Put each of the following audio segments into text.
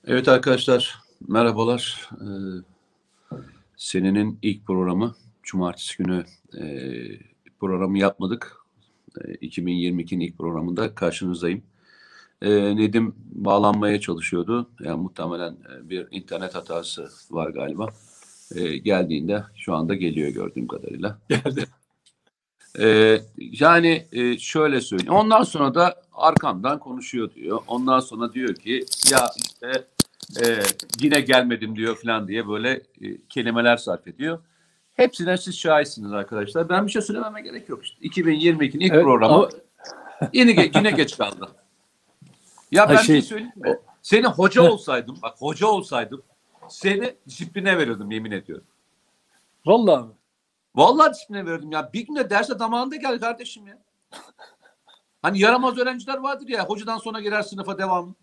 Evet arkadaşlar, merhabalar. Senenin ilk programı. Cumartesi günü programı yapmadık. 2022'nin ilk programında karşınızdayım. Nedim bağlanmaya çalışıyordu. Yani muhtemelen bir internet hatası var galiba. Geldiğinde şu anda geliyor gördüğüm kadarıyla. Geldi. Şöyle söyleyeyim. Ondan sonra da arkamdan konuşuyor diyor. Ondan sonra diyor ki ya işte yine gelmedim diyor falan diye böyle kelimeler sarf ediyor. Hepsine siz şahitsiniz arkadaşlar. Ben bir şey söylememe gerek yok işte. 2022'nin ilk Evet, programı ama yine geç kaldı. Ya ben bir şey söyleyeyim mi? Seni hoca olsaydım, bak hoca olsaydım seni disipline verirdim yemin ediyorum. vallahi mi? Vallahi disipline verirdim ya. Bir günde derse zamanında gel kardeşim ya. Hani yaramaz öğrenciler vardır ya. Hocadan sonra girer sınıfa devam.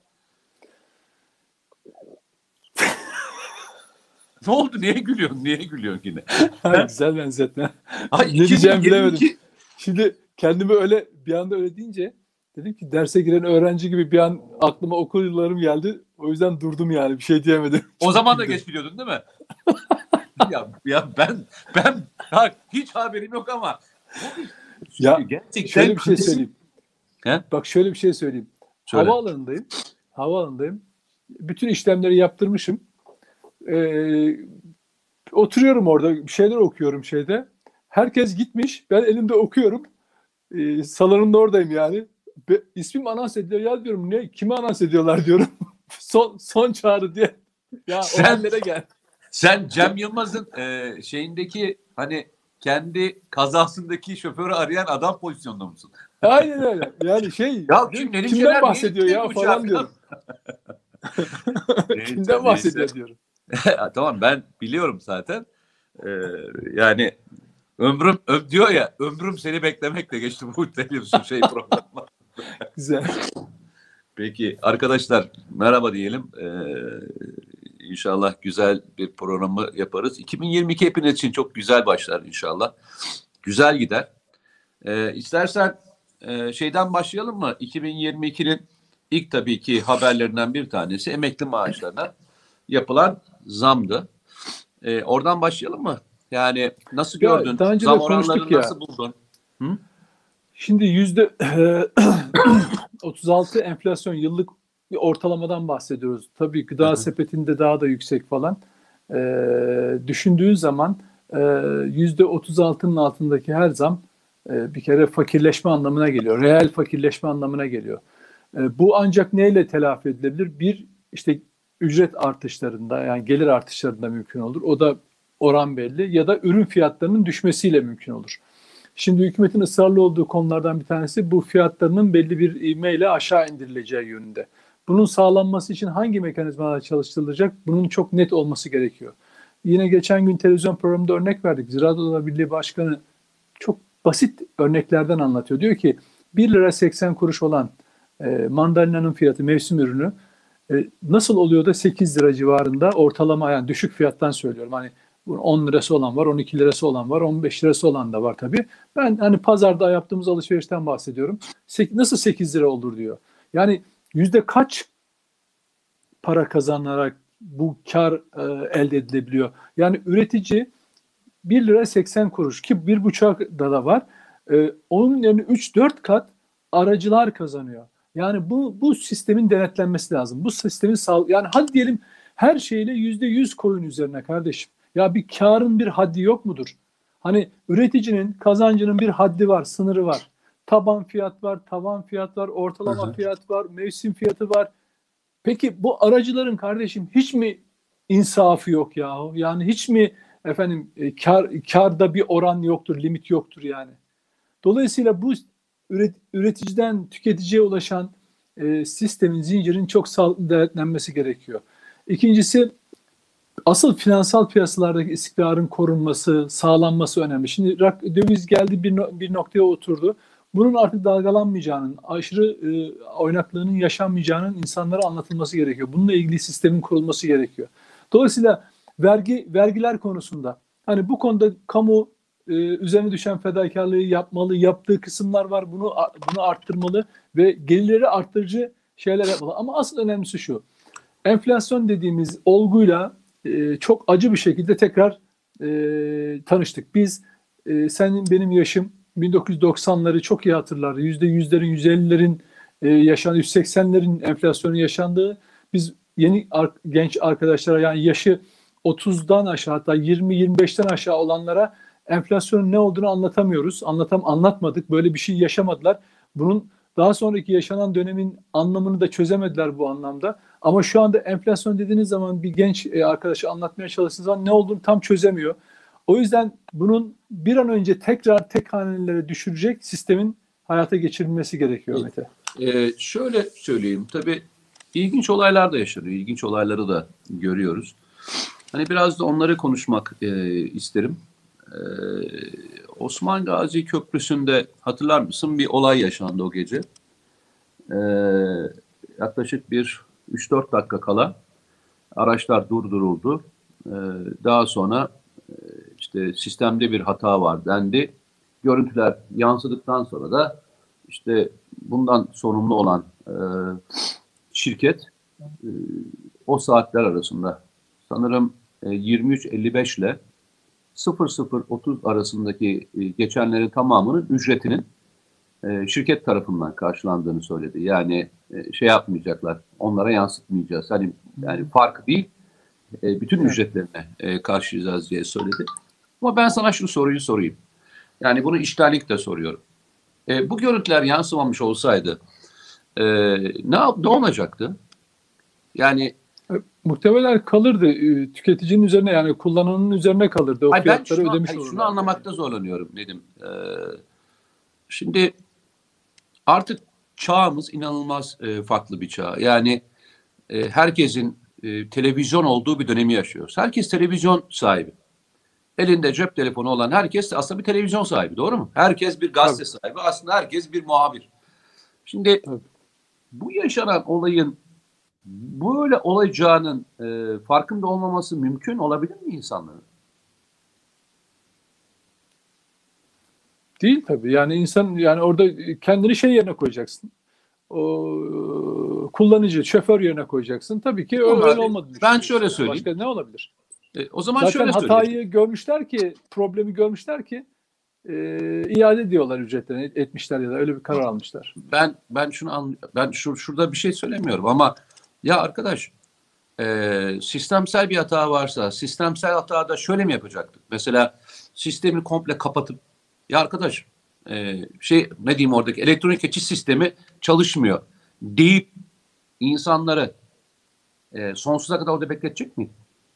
Ne oldu? Niye gülüyorsun? Niye gülüyorsun yine? Güzel benzetme. Ay, Ne diyeceğimi 2022 bilemedim. Şimdi kendimi öyle bir anda öyle deyince dedim ki derse giren öğrenci gibi bir an aklıma okul yıllarım geldi. O yüzden durdum yani bir şey diyemedim. O zaman da geç biliyordun değil mi? ya ben hiç haberim yok ama Ya gerçekten şöyle bir şey söyleyeyim. He? Bak şöyle bir şey söyleyeyim. Söyle. Havaalanındayım. Bütün işlemleri yaptırmışım. Oturuyorum orada bir şeyler okuyorum şeyde. Herkes gitmiş. Ben elimde okuyorum. Salonunda oradayım yani. İsmim anons ediliyor. Ya diyorum ne? Kimi anons ediyorlar diyorum. son çağrı diye. Ya o hallere gel. Sen Cem Yılmaz'ın şeyindeki hani kendi kazasındaki şoförü arayan adam pozisyonda mısın? Aynen öyle. Yani şey Ya kimden bahsediyor ya falan diyorum. Kimden bahsediyor diyorum. Tamam ben biliyorum zaten. Yani ömrüm diyor ya ömrüm seni beklemekle geçti bu televizyon programı. Güzel. Peki arkadaşlar merhaba diyelim. İnşallah güzel bir programı yaparız. 2022 hepiniz için çok güzel başlar inşallah. Güzel gider. İstersen şeyden başlayalım mı? 2022'nin ilk tabii ki haberlerinden bir tanesi emekli maaşlarına yapılan zamdı. Oradan başlayalım mı? Yani nasıl gördün? Daha önce de Zam konuştuk oranlarını ya. nasıl buldun? Hı? Şimdi %36 enflasyon yıllık bir ortalamadan bahsediyoruz. Tabii gıda sepetinde daha da yüksek falan. Düşündüğün zaman %36'nın altındaki her zam bir kere fakirleşme anlamına geliyor. Reel fakirleşme anlamına geliyor. Bu ancak neyle telafi edilebilir? Bir, işte ücret artışlarında yani gelir artışlarında mümkün olur. O da oran belli. Ya da ürün fiyatlarının düşmesiyle mümkün olur. Şimdi hükümetin ısrarlı olduğu konulardan bir tanesi bu fiyatlarının belli bir ivmeyle aşağı indirileceği yönünde. Bunun sağlanması için hangi mekanizmalar çalıştırılacak? Bunun çok net olması gerekiyor. Yine geçen gün televizyon programında örnek verdik. Ziraat Odaları Birliği Başkanı çok basit örneklerden anlatıyor. Diyor ki 1 lira 80 kuruş olan mandalinanın fiyatı mevsim ürünü nasıl oluyor da 8 lira civarında ortalama yani düşük fiyattan söylüyorum. Hani 10 lirası olan var, 12 lirası olan var, 15 lirası olan da var tabii. Ben hani pazarda yaptığımız alışverişten bahsediyorum. Nasıl 8 lira olur diyor. Yani yüzde kaç para kazanarak bu kar elde edilebiliyor? Yani üretici 1 lira 80 kuruş ki 1,5 da var. Onun yerine 3-4 kat aracılar kazanıyor. Yani bu sistemin denetlenmesi lazım. Bu sistemin yani hadi diyelim her şeyle %100 koyun üzerine kardeşim. Ya bir karın bir haddi yok mudur? Hani üreticinin kazancının bir haddi var, sınırı var. Taban fiyat var, tavan fiyat var, ortalama fiyat var, mevsim fiyatı var. Peki bu aracıların kardeşim hiç mi insafı yok ya? Yani hiç mi efendim karda bir oran yoktur, limit yoktur yani. Dolayısıyla bu üreticiden tüketiciye ulaşan sistemin, zincirin çok sağlıklı denetlenmesi gerekiyor. İkincisi asıl finansal piyasalardaki istikrarın korunması, sağlanması önemli. Şimdi döviz geldi bir noktaya oturdu. Bunun artık dalgalanmayacağının, aşırı oynaklığının yaşanmayacağının insanlara anlatılması gerekiyor. Bununla ilgili sistemin kurulması gerekiyor. Dolayısıyla vergiler konusunda hani bu konuda kamu üzerine düşen fedakarlığı yapmalı, yaptığı kısımlar var. Bunu arttırmalı ve gelirleri arttırıcı şeyler yapmalı. Ama asıl önemlisi şu. enflasyon dediğimiz olguyla çok acı bir şekilde tekrar tanıştık. Biz, senin benim yaşım 1990'ları çok iyi hatırlar. %100'lerin, %150'lerin yaşandığı, 180'lerin enflasyonun yaşandığı, biz yeni genç arkadaşlara, yani yaşı 30'dan aşağı, hatta 20-25'ten aşağı olanlara enflasyonun ne olduğunu anlatamıyoruz. Anlatmadık. Böyle bir şey yaşamadılar. Bunun daha sonraki yaşanan dönemin anlamını da çözemediler bu anlamda. Ama şu anda enflasyon dediğiniz zaman bir genç arkadaşa anlatmaya çalıştığınız zaman ne olduğunu tam çözemiyor. O yüzden bunun bir an önce tekrar tek hanelere düşürecek sistemin hayata geçirilmesi gerekiyor Mete. Şöyle söyleyeyim. Tabii ilginç olaylar da yaşanıyor. İlginç olayları da görüyoruz. Hani biraz da onları konuşmak isterim. Osman Gazi Köprüsü'nde hatırlar mısın? Bir olay yaşandı o gece. Yaklaşık bir 3-4 dakika kala araçlar durduruldu. Daha sonra işte sistemde bir hata var dendi. Görüntüler yansıdıktan sonra da işte bundan sorumlu olan şirket o saatler arasında sanırım 23.55 ile 00.30 arasındaki geçenlerin tamamının ücretinin şirket tarafından karşılandığını söyledi. Yani şey yapmayacaklar, onlara yansıtmayacağız. Hani yani farkı değil, bütün ücretlerine karşılayacağız diye söyledi. Ama ben sana şu soruyu sorayım. Yani bunu içtenlikle soruyorum. Bu görüntüler yansımamış olsaydı ne olacaktı? Yani muhtemelen kalırdı tüketicinin üzerine, yani kullananın üzerine kalırdı. O fiyatları ödemiş olurlar. Şunu anlamakta zorlanıyorum Nedim. Şimdi artık çağımız inanılmaz farklı bir çağ. Yani herkesin televizyon olduğu bir dönemi yaşıyoruz. Herkes televizyon sahibi. Elinde cep telefonu olan herkes aslında bir televizyon sahibi, doğru mu? Herkes bir gazete sahibi. Aslında herkes bir muhabir. Şimdi bu yaşanan olayın böyle olacağının farkında olmaması mümkün olabilir mi insanların? Değil tabii. Yani insan, yani orada kendini şey yerine koyacaksın. O kullanıcı, şoför yerine koyacaksın. Tabii ki öyle olmadığını ben şöyle söyleyeyim. Başka ne olabilir? O zaman zaten şöyle hatayı söyleyeyim. görmüşler ki, problemi görmüşler ki iade ediyorlar ücretlerini, etmişler ya da öyle bir karar almışlar. Ben şurada bir şey söylemiyorum ama ya arkadaş, sistemsel bir hata varsa sistemsel hatada şöyle mi yapacaktık? Mesela sistemi komple kapatıp ya arkadaş ne diyeyim, oradaki elektronik geçiş sistemi çalışmıyor deyip insanları sonsuza kadar orada bekletecek miydi?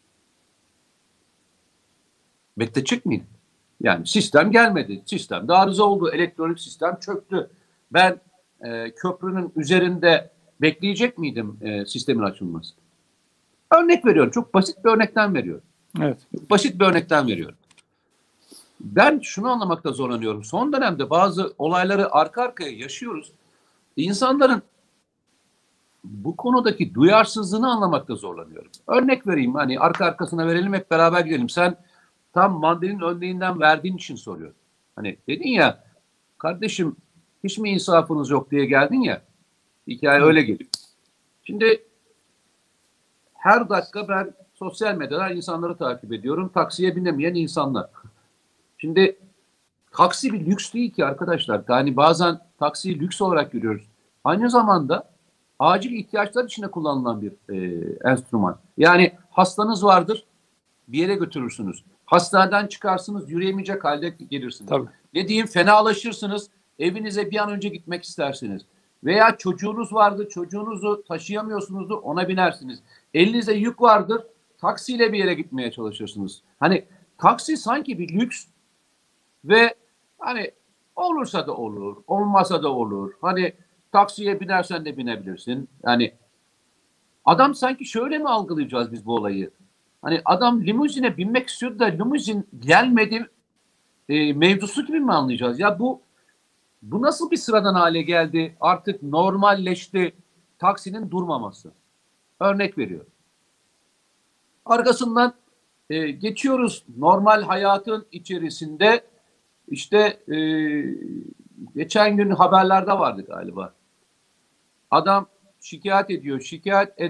Bekletecek miydi? Yani sistem gelmedi. Sistemde arıza oldu. Elektronik sistem çöktü. Ben köprünün üzerinde bekleyecek miydim sistemin açılması? Örnek veriyorum. Çok basit bir örnekten veriyorum. Evet. Basit bir örnekten veriyorum. Ben şunu anlamakta zorlanıyorum. Son dönemde bazı olayları arka arkaya yaşıyoruz. İnsanların bu konudaki duyarsızlığını anlamakta zorlanıyorum. Örnek vereyim. Hani arka arkasına verelim, hep beraber gidelim. Sen tam mandalinin örneğinden verdiğin için soruyorum. Hani dedin ya, kardeşim hiç mi insafınız yok diye geldin ya. Hikaye öyle geliyor. Şimdi her dakika ben sosyal medyada insanları takip ediyorum. Taksiye binemeyen insanlar. Şimdi taksi bir lüks değil ki arkadaşlar. Yani bazen taksiyi lüks olarak görüyoruz. Aynı zamanda acil ihtiyaçlar içinde kullanılan bir enstrüman. Yani hastanız vardır, bir yere götürürsünüz. Hastaneden çıkarsınız, yürüyemeyecek halde gelirsiniz. Tabii. Ne diyeyim, fenalaşırsınız, evinize bir an önce gitmek istersiniz. Veya çocuğunuz vardır, çocuğunuzu taşıyamıyorsunuzdur, ona binersiniz. Elinizde yük vardır, taksiyle bir yere gitmeye çalışırsınız. Hani taksi sanki bir lüks ve hani olursa da olur, olmasa da olur. Hani taksiye binersen de binebilirsin. Yani adam sanki şöyle mi algılayacağız biz bu olayı? Hani adam limuzine binmek istiyordu da limuzin gelmedi mevzusu gibi mi anlayacağız? Ya bu nasıl bir sıradan hale geldi? Artık normalleşti taksinin durmaması. Örnek veriyorum. Arkasından geçiyoruz normal hayatın içerisinde. İşte geçen gün haberlerde vardı galiba. Adam şikayet ediyor. Şikayet eden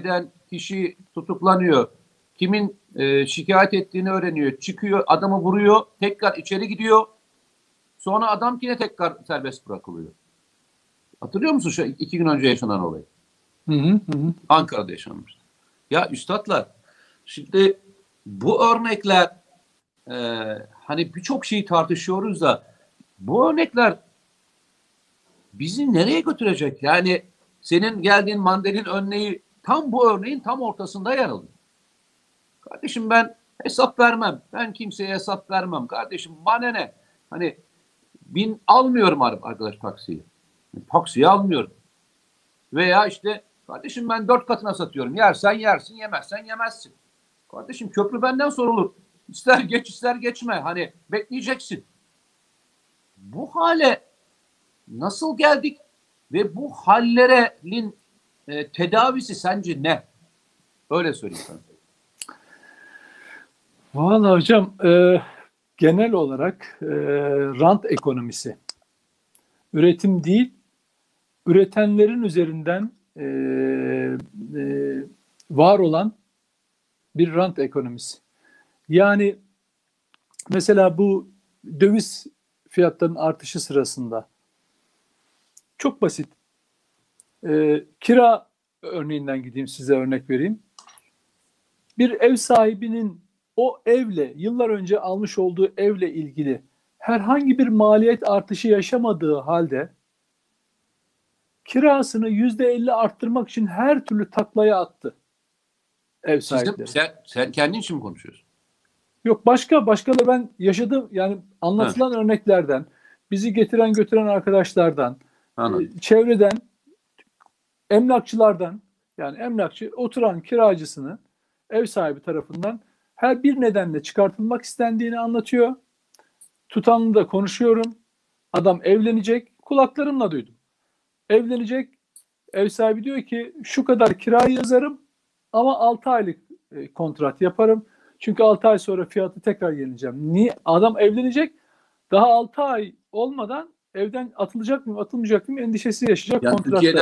kişi tutuklanıyor. Kimin şikayet ettiğini öğreniyor. Çıkıyor, adamı vuruyor, tekrar içeri gidiyor. Sonra adam yine tekrar serbest bırakılıyor. Hatırlıyor musun şu 2 gün önce yaşanan olayı? Hı hı, hı. Ankara'da yaşanmıştı. Ya üstadlar, şimdi bu örnekler hani birçok şeyi tartışıyoruz da bu örnekler bizi nereye götürecek? Yani senin geldiğin mandalin örneği tam bu örneğin tam ortasında yer alıyor. Kardeşim ben hesap vermem. Ben kimseye hesap vermem. Kardeşim bana ne? Hani almıyorum arkadaş taksiyi. Taksiyi almıyorum. Veya işte kardeşim ben 4 katına satıyorum. Yersen yersin, yemezsen yemezsin. Kardeşim köprü benden sorulur. İster geç ister geçme. Hani bekleyeceksin. Bu hale nasıl geldik ve bu hallerin tedavisi sence ne? Öyle söyleyeyim sana. Vallahi hocam genel olarak rant ekonomisi. Üretim değil, üretenlerin üzerinden var olan bir rant ekonomisi. Yani mesela bu döviz fiyatlarının artışı sırasında çok basit. Kira örneğinden gideyim, size örnek vereyim. Bir ev sahibinin o evle, yıllar önce almış olduğu evle ilgili herhangi bir maliyet artışı yaşamadığı halde kirasını %50 arttırmak için her türlü taklaya attı ev sahipleri. Sen kendin için mi konuşuyorsun? Yok, başka da ben yaşadım, yani anlatılan örneklerden, bizi getiren götüren arkadaşlardan, çevreden, emlakçılardan, yani emlakçı oturan kiracısını ev sahibi tarafından her bir nedenle çıkartılmak istendiğini anlatıyor. Tutanlı da konuşuyorum. Adam evlenecek. Kulaklarımla duydum. Evlenecek. Ev sahibi diyor ki şu kadar kirayı yazarım ama 6 aylık kontrat yaparım. Çünkü 6 ay sonra fiyatı tekrar yenileceğim. Niye? Adam evlenecek. Daha 6 ay olmadan evden atılacak mı atılmayacak mı endişesi yaşayacak yani kontratta. Türkiye'de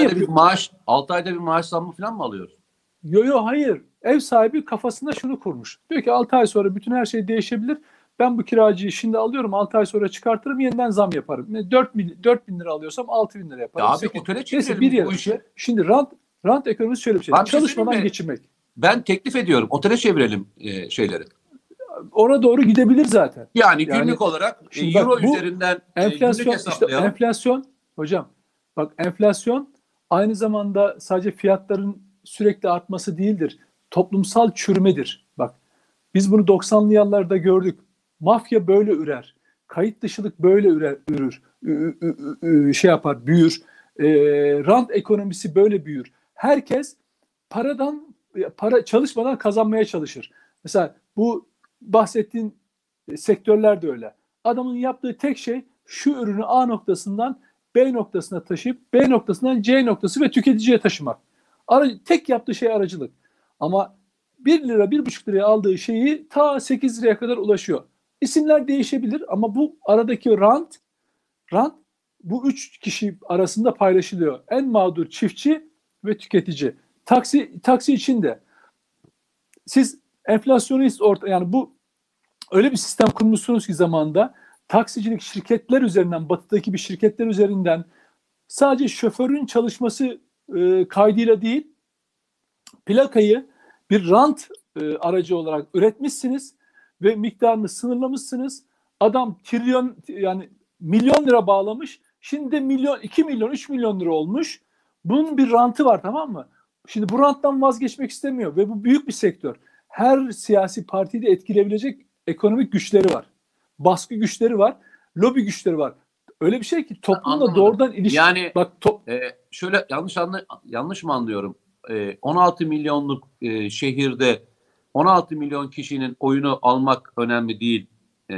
6 ayda bir maaş zammı falan mı alıyoruz? Yo, hayır. Ev sahibi kafasında şunu kurmuş. Diyor ki 6 ay sonra bütün her şey değişebilir. Ben bu kiracıyı şimdi alıyorum, 6 ay sonra çıkartırım, yeniden zam yaparım. 4 bin lira alıyorsam 6 bin lira yaparım. Ya abi otele çevirelim bu işi. Şimdi rant ekonomisi şöyle bir şey. Çalışmadan geçinmek. Ben teklif ediyorum. Otele çevirelim şeyleri. Ona doğru gidebilir zaten. Yani günlük olarak euro üzerinden enflasyon, günlük hesaplayalım. Enflasyon hocam, bak, enflasyon aynı zamanda sadece fiyatların sürekli artması değildir. Toplumsal çürümedir. Bak, biz bunu 90'lı yıllarda gördük. Mafya böyle ürer. Kayıt dışılık böyle ürür. Büyür. Rant ekonomisi böyle büyür. Herkes para çalışmadan kazanmaya çalışır. Mesela bu bahsettiğin sektörler de öyle. Adamın yaptığı tek şey şu ürünü A noktasından B noktasına taşıyıp B noktasından C noktası ve tüketiciye taşımak. Tek yaptığı şey aracılık. Ama 1 lira, 1,5 liraya aldığı şeyi ta 8 liraya kadar ulaşıyor. İsimler değişebilir ama bu aradaki rant bu 3 kişi arasında paylaşılıyor. En mağdur çiftçi ve tüketici. Taksi için de siz enflasyonist yani bu öyle bir sistem kurmuşsunuz ki zamanında taksicilik şirketler üzerinden, batıdaki bir şirketler üzerinden sadece şoförün çalışması kaydıyla değil, plakayı bir rant aracı olarak üretmişsiniz ve miktarını sınırlamışsınız. Adam yani milyon lira bağlamış. Şimdi de milyon, 2 milyon, 3 milyon lira olmuş. Bunun bir rantı var, tamam mı? Şimdi bu ranttan vazgeçmek istemiyor ve bu büyük bir sektör. Her siyasi partiyi de etkileyebilecek ekonomik güçleri var. Baskı güçleri var. Lobi güçleri var. Öyle bir şey ki toplumla doğrudan ilişki. Yani bak şöyle yanlış mı anlıyorum? 16 milyonluk şehirde 16 milyon kişinin oyunu almak önemli değil.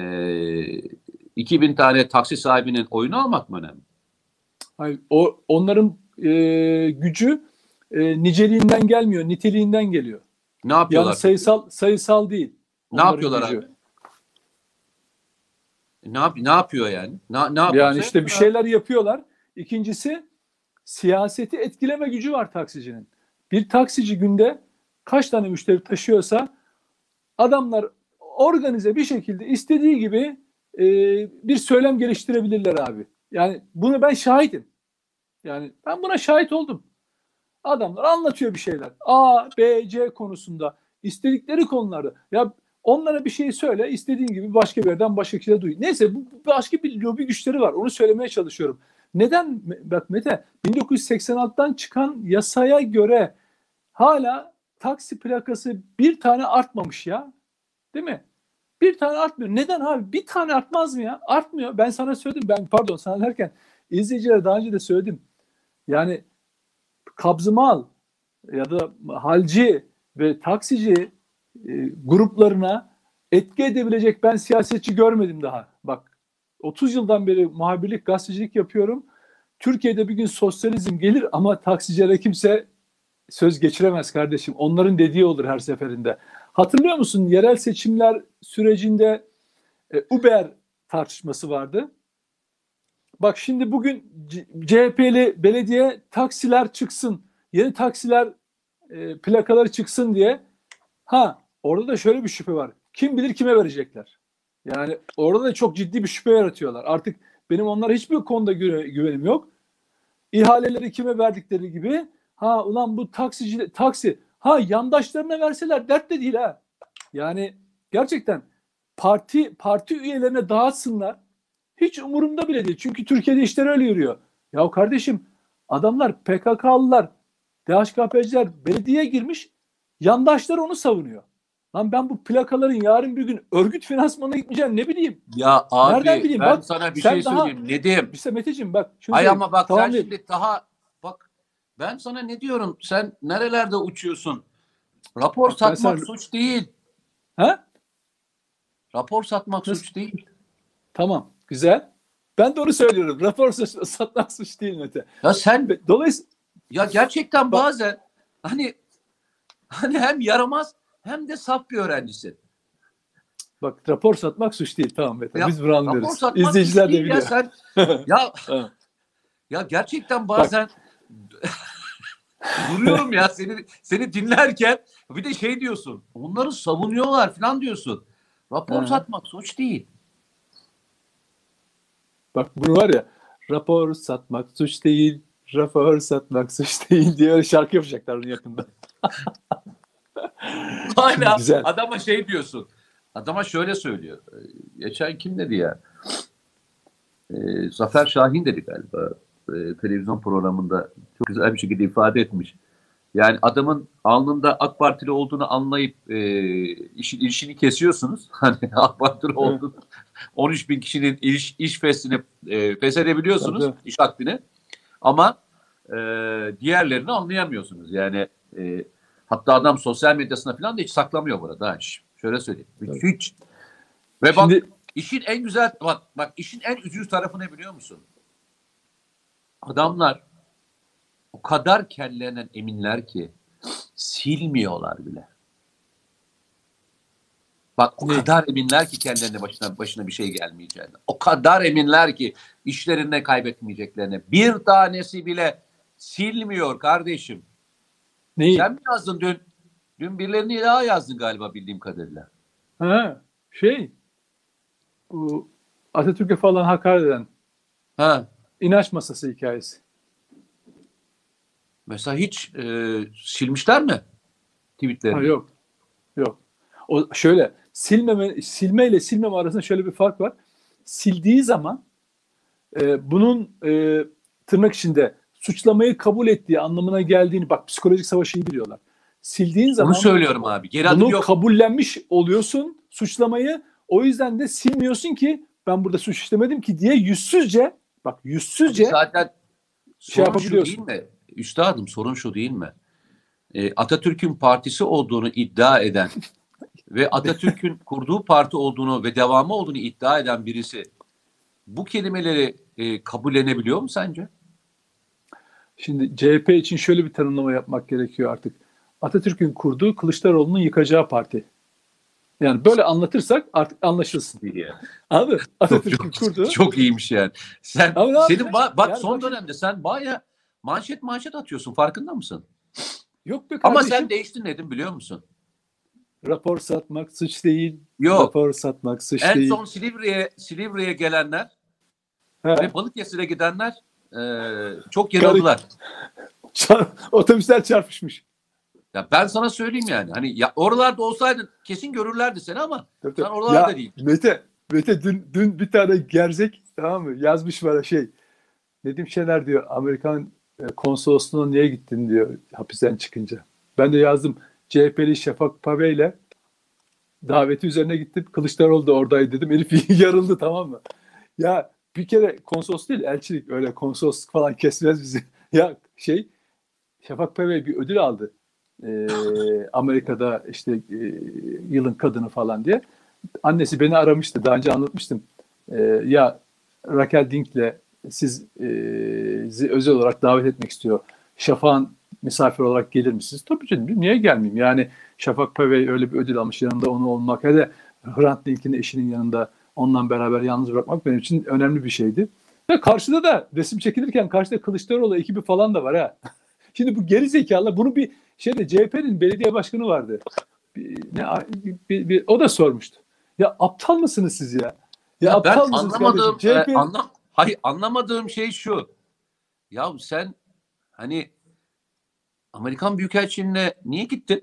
2000 tane taksi sahibinin oyunu almak mı önemli? Hayır, onların gücü niceliğinden gelmiyor, niteliğinden geliyor. Ne yapıyorlar? Yani sayısal değil. Ne yapıyorlar gücü. Abi? Ne yapıyor yani? Ne yani işte bir şeyler yapıyorlar. İkincisi, siyaseti etkileme gücü var taksicinin. Bir taksici günde kaç tane müşteri taşıyorsa adamlar organize bir şekilde istediği gibi bir söylem geliştirebilirler abi. Yani bunu ben şahidim. Yani ben buna şahit oldum. Adamlar anlatıyor bir şeyler. A, B, C konusunda istedikleri konularda. Ya onlara bir şey söyle, istediğin gibi başka bir yerden başka kişiye duy. Neyse bu başka bir lobi güçleri var. Onu söylemeye çalışıyorum. Neden? Bak Mete, 1986'dan çıkan yasaya göre hala taksi plakası bir tane artmamış ya. Değil mi? Bir tane artmıyor. Neden abi? Bir tane artmaz mı ya? Artmıyor. Ben sana söyledim. Pardon sana derken izleyicilere daha önce de söyledim. Yani kabzımal ya da halci ve taksici gruplarına etki edebilecek ben siyasetçi görmedim daha. Bak 30 yıldan beri muhabirlik, gazetecilik yapıyorum. Türkiye'de bir gün sosyalizm gelir ama taksicilere kimse söz geçiremez kardeşim. Onların dediği olur her seferinde. Hatırlıyor musun? Yerel seçimler sürecinde Uber tartışması vardı. Bak şimdi bugün CHP'li belediye taksiler çıksın, yeni taksiler plakaları çıksın diye. Orada da şöyle bir şüphe var. Kim bilir kime verecekler. Yani orada da çok ciddi bir şüphe yaratıyorlar. Artık benim onlara hiçbir konuda güvenim yok. İhaleleri kime verdikleri gibi. Ulan bu taksi. Yandaşlarına verseler dert de değil ha. Yani gerçekten parti üyelerine dağıtsınlar. Hiç umurumda bile değil. Çünkü Türkiye'de işler öyle yürüyor. Ya kardeşim adamlar PKK'lılar, DHKPC'ler belediyeye girmiş. Yandaşlar onu savunuyor. Lan ben bu plakaların yarın bir gün örgüt finansmanına gitmeyeceğim ne bileyim. Ya abi nereden bileyim? ben Bak, sana bir sen şey söyleyeyim. Nedim. İşte Meteciğim bak. Ay ama bak tamam sen değil. şimdi daha bak ben sana ne diyorum? Sen nerelerde uçuyorsun? Rapor Bak, ben satmak sana- suç değil. Ha? Rapor satmak Nasıl? suç değil. Tamam. Güzel. Ben de onu söylüyorum. Rapor satmak suç değil Mete. Ya sen Dolayısıyla ya gerçekten Bak- bazen hani hem yaramaz hem de saf bir öğrencisin. bak rapor satmak suç değil. Tamam Mete. Ya, Biz bunu anlıyoruz. rapor satmak İzleyiciler suç de değil biliyor. ya sen. Ya Ha. ya gerçekten bazen duruyorum ya seni dinlerken bir de şey diyorsun. Onları savunuyorlar falan diyorsun. Rapor Hı. satmak suç değil. Bak bunu var ya, rapor satmak suç değil, rapor satmak suç değil diye öyle şarkı yapacaklar onun yakında. Hala Güzel. adama şey diyorsun. Adama şöyle söylüyor. Geçen kim dedi ya? Zafer Şahin dedi galiba. Televizyon programında çok güzel bir şekilde ifade etmiş. Yani adamın alnında AK Partili olduğunu anlayıp işini kesiyorsunuz. Hani AK Partili olduğunu 13 bin kişinin iş feshini feshedebiliyorsunuz. Tabii. İş akdini. Ama diğerlerini anlayamıyorsunuz. Yani hatta adam sosyal medyasına falan da hiç saklamıyor burada. Hiç. Şöyle söyleyeyim. Tabii. Hiç. Ve bak Şimdi işin en güzel bak işin en üzücü tarafı ne biliyor musun? Adamlar o kadar kendilerinden eminler ki silmiyorlar bile. Bak o kadar eminler ki kendilerine başına bir şey gelmeyeceğine. O kadar eminler ki işlerinde kaybetmeyeceklerine. Bir tanesi bile silmiyor kardeşim. neyi? Sen mi yazdın dün? Dün birilerini daha yazdın galiba bildiğim kadarıyla. Bu Atatürk'e falan hakaret eden Ha. inanç masası hikayesi. Mesela hiç silmişler mi tweetlerini? Yok. O şöyle silme ile silmeme arasında şöyle bir fark var. Sildiği zaman bunun tırnak içinde suçlamayı kabul ettiği anlamına geldiğini bak psikolojik savaşı iyi biliyorlar. Sildiğin zaman Onu söylüyorum abi. Geri adım bunu yok. kabullenmiş oluyorsun suçlamayı. O yüzden de silmiyorsun ki ben burada suç işlemedim ki diye yüzsüzce Zaten şey sorun şu değil yapabiliyorsun. mi? Üstadım sorun şu değil mi? Atatürk'ün partisi olduğunu iddia eden ve Atatürk'ün kurduğu parti olduğunu ve devamı olduğunu iddia eden birisi bu kelimeleri kabullenebiliyor mu sence? Şimdi CHP için şöyle bir tanımlama yapmak gerekiyor artık. Atatürk'ün kurduğu, Kılıçdaroğlu'nun yıkacağı parti. Yani böyle anlatırsak artık anlaşılsın. Abi Atatürk'ün kurduğu. Çok iyiymiş yani. Abi, Senin bak yani son bak, dönemde sen baya manşet atıyorsun farkında mısın? Yok be Ama kardeşim. sen değiştin Nedim, biliyor musun? Rapor satmak suç değil. Yok. Rapor satmak suç En değil. son Silivri'ye gelenler He. ve Balıkesir'e gidenler çok Garip. yanıldılar. Otobüsler çarpışmış. Ya ben sana söyleyeyim yani. Hani ya oralarda olsaydın kesin görürlerdi seni ama Tabii, sen tabii. oralarda Ya değil. Mete dün bir tane gerzek, tamam mı? Yazmış bana şey. Nedim Şener diyor, Amerikan konsolosluğuna niye gittin diyor hapisten çıkınca. Ben de yazdım, CHP'li Şafak Pave ile daveti üzerine gittim. Kılıçdaroğlu da oradaydı dedim. Herif yarıldı, tamam mı? Ya bir kere konsolos değil, elçilik, öyle konsolosluk falan kesmez bizi. Ya Şafak Pave bir ödül aldı. Amerika'da işte yılın kadını falan diye. Annesi beni aramıştı. Daha önce anlatmıştım. Ya Raquel Dink'le sizi özel olarak davet etmek istiyor. Şafak'ın misafir olarak gelir misiniz? Tabii canım, niye gelmeyeyim? Yani Şafak Pave öyle bir ödül almış, yanında onu olmak, hele Hrant Dink'in eşinin yanında onunla beraber yalnız bırakmak benim için önemli bir şeydi. Ve karşıda da resim çekilirken karşıda Kılıçdaroğlu ekibi falan da var ha. Şimdi bu geri zekalı, bunu bir CHP'nin belediye başkanı vardı. O da sormuştu. Ya aptal mısınız siz ya? Ya Ya ben aptal mısınız kardeşim? hayır, anlamadığım şey şu. Ya sen hani Amerikan Büyükelçiliğine niye gittin?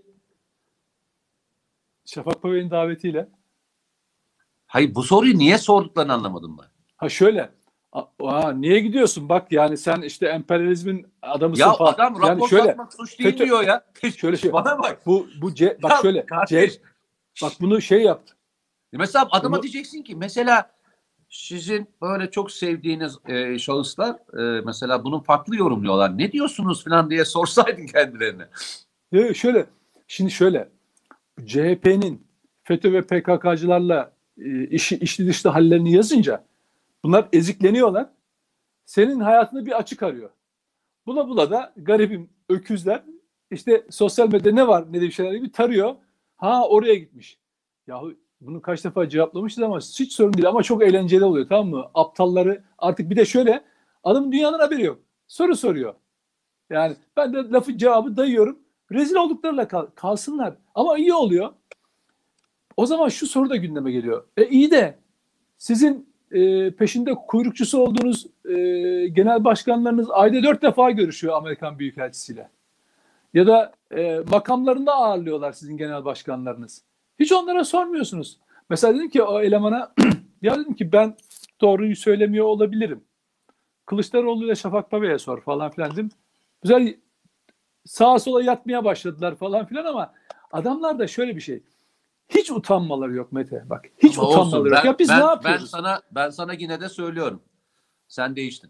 Şafak Pavey'in davetiyle. Hayır, bu soruyu niye sorduklarını anlamadım ben. Ha şöyle. Niye gidiyorsun? Bak yani sen işte emperyalizmin adamısın Ya falan. adam Yani rapor şöyle. satmak suç değil diyor ya. Şöyle. Bana bak. Bak Ya şöyle. kardeş. Bak bunu şey yaptı. Mesela adama Bunu diyeceksin ki mesela sizin böyle çok sevdiğiniz şahıslar mesela bunu farklı yorumluyorlar. Ne diyorsunuz falan diye sorsaydın kendilerine. şöyle. Şimdi şöyle. CHP'nin FETÖ ve PKK'cılarla içli dışlı hallerini yazınca bunlar ezikleniyorlar. Senin hayatında bir açık arıyor. Bula bula da garibim öküzler işte sosyal medyada ne var ne de bir şeyler gibi tarıyor. Ha, oraya gitmiş. Yahu bunu kaç defa cevaplamışız ama hiç sorun değil, ama çok eğlenceli oluyor, tamam mı? Aptalları artık, bir de şöyle, adam dünyanın haberi yok. Soru soruyor. Yani ben de lafı cevabı dayıyorum. Rezil olduklarıyla kalsınlar. Ama iyi oluyor. O zaman şu soru da gündeme geliyor. İyi de sizin peşinde kuyrukçusu olduğunuz genel başkanlarınız ayda 4 defa görüşüyor Amerikan Büyükelçisiyle. Ya da makamlarında ağırlıyorlar sizin genel başkanlarınız. Hiç onlara sormuyorsunuz. Mesela dedim ki o elemana ya dedim ki ben doğruyu söylemiyor olabilirim. Kılıçdaroğlu ile Şafak Pave'ye sor falan filan dedim. Güzel sağa sola yatmaya başladılar falan filan, ama adamlar da şöyle bir şey. Hiç utanmaları yok Mete. Bak hiç Ama utanmaları olsun. yok. Ya biz ne Ben yapıyoruz? sana yine de söylüyorum. Sen değiştin.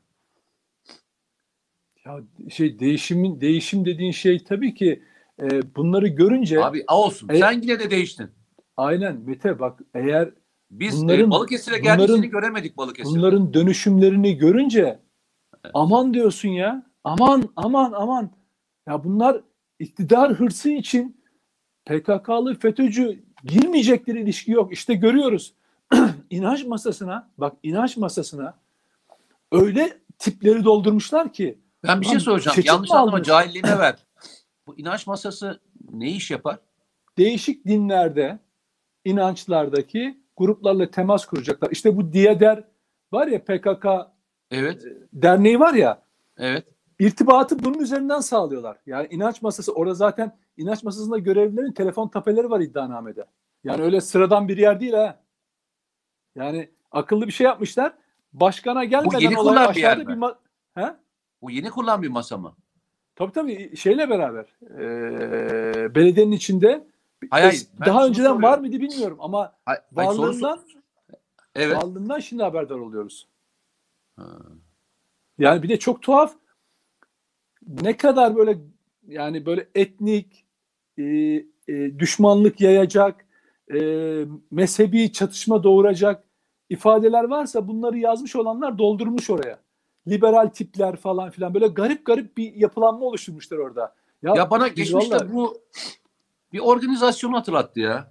Ya değişim dediğin şey tabii ki bunları görünce Abi olsun. Sen yine de değiştin. aynen Mete, bak eğer Biz bunların Balıkesir'e geldik, seni bunların göremedik Balıkesir'de. bunların dönüşümlerini görünce aman diyorsun ya. Aman aman aman. Ya bunlar iktidar hırsı için PKK'lı FETÖ'cü girmeyecekleri ilişki yok. İşte görüyoruz. İnanç masasına öyle tipleri doldurmuşlar ki, Ben bir şey ulan soracağım. seçim Yanlış mi anlama, aldınız? cahilliğine ver. Bu inanç masası ne iş yapar? Değişik dinlerde, inançlardaki gruplarla temas kuracaklar. İşte bu Diyader var ya, PKK Evet. derneği var ya, Evet. irtibatı bunun üzerinden sağlıyorlar. Yani inanç masası, orada zaten inanç masasında görevlilerin telefon tapeleri var iddianamede. Yani öyle sıradan bir yer değil ha. Yani akıllı bir şey yapmışlar. Başkana Bu gelmeden yeni olay kurulan bir yer aşağıda bir mi? he? Bu yeni kurulan bir masa mı? Tabii şeyle beraber belediyenin içinde Hayır. Ben daha şunu önceden var soruyorum. mıydı bilmiyorum, ama Hayır, varlığından Evet. varlığından şimdi haberdar oluyoruz. Ha. Yani bir de çok tuhaf, ne kadar böyle, yani böyle etnik düşmanlık yayacak, mezhebi çatışma doğuracak ifadeler varsa bunları yazmış olanlar doldurmuş oraya. Liberal tipler falan filan, böyle garip garip bir yapılanma oluşturmuşlar orada. Ya Ya bana biz valla geçmişte bu bir organizasyonu hatırlattı ya.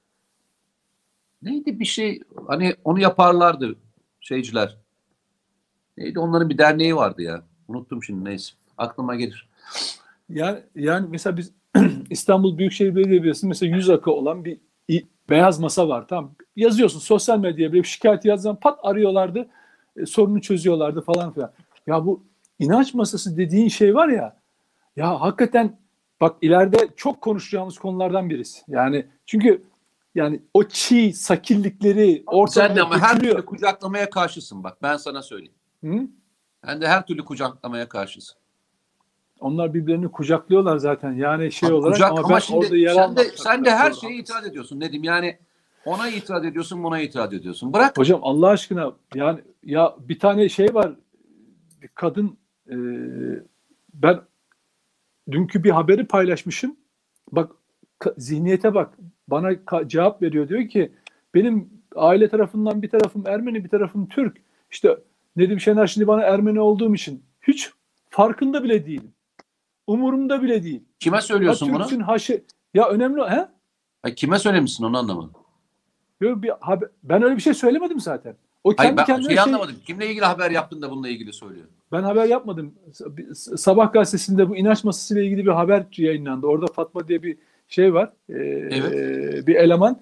Neydi bir şey, hani onu yaparlardı şeyciler. Neydi, onların bir derneği vardı ya. Unuttum şimdi, neyse. Aklıma gelir. Yani mesela biz İstanbul Büyükşehir Belediyesi'nin mesela 100 akı olan bir beyaz masa var. Tamam. Yazıyorsun sosyal medyaya bir şikayet yazdığın pat arıyorlardı. Sorunu çözüyorlardı falan filan. Ya bu inanç masası dediğin şey var ya, ya hakikaten bak ileride çok konuşacağımız konulardan birisi. Yani çünkü yani o çiğ sakillikleri Sen de ortadan ama her türlü götürüyor. kucaklamaya karşısın bak, ben sana söyleyeyim. Hı? Sen de her türlü kucaklamaya karşısın. Onlar birbirlerini kucaklıyorlar zaten yani şey Abi olarak, kucak ama ama ben orada şimdi yer almak sen de her doğru, şeye haklısın. itiraz ediyorsun Nedim. Yani ona itiraz ediyorsun, buna itiraz ediyorsun. Bırak. Hocam Allah aşkına yani ya bir tane şey var, bir kadın, e, ben dünkü bir haberi paylaşmışım. Bak zihniyete bak. Bana cevap veriyor. Diyor ki benim aile tarafından bir tarafım Ermeni bir tarafım Türk. İşte Nedim Şener şimdi bana Ermeni olduğum için hiç farkında bile değilim. Umurumda bile değil. Kime Ha söylüyorsun bunu? Türksün ya önemli he? Ha, kime söylemişsin onu anlamadım. Yok, ben öyle bir şey söylemedim zaten. O Hayır, kendi ben kendine şeyi anlamadım. Kimle ilgili haber yaptın da bununla ilgili söylüyor? ben haber yapmadım. Sabah gazetesinde bu inanç masası ile ilgili bir haber yayınlandı. Orada Fatma diye bir şey var. Evet. Bir eleman.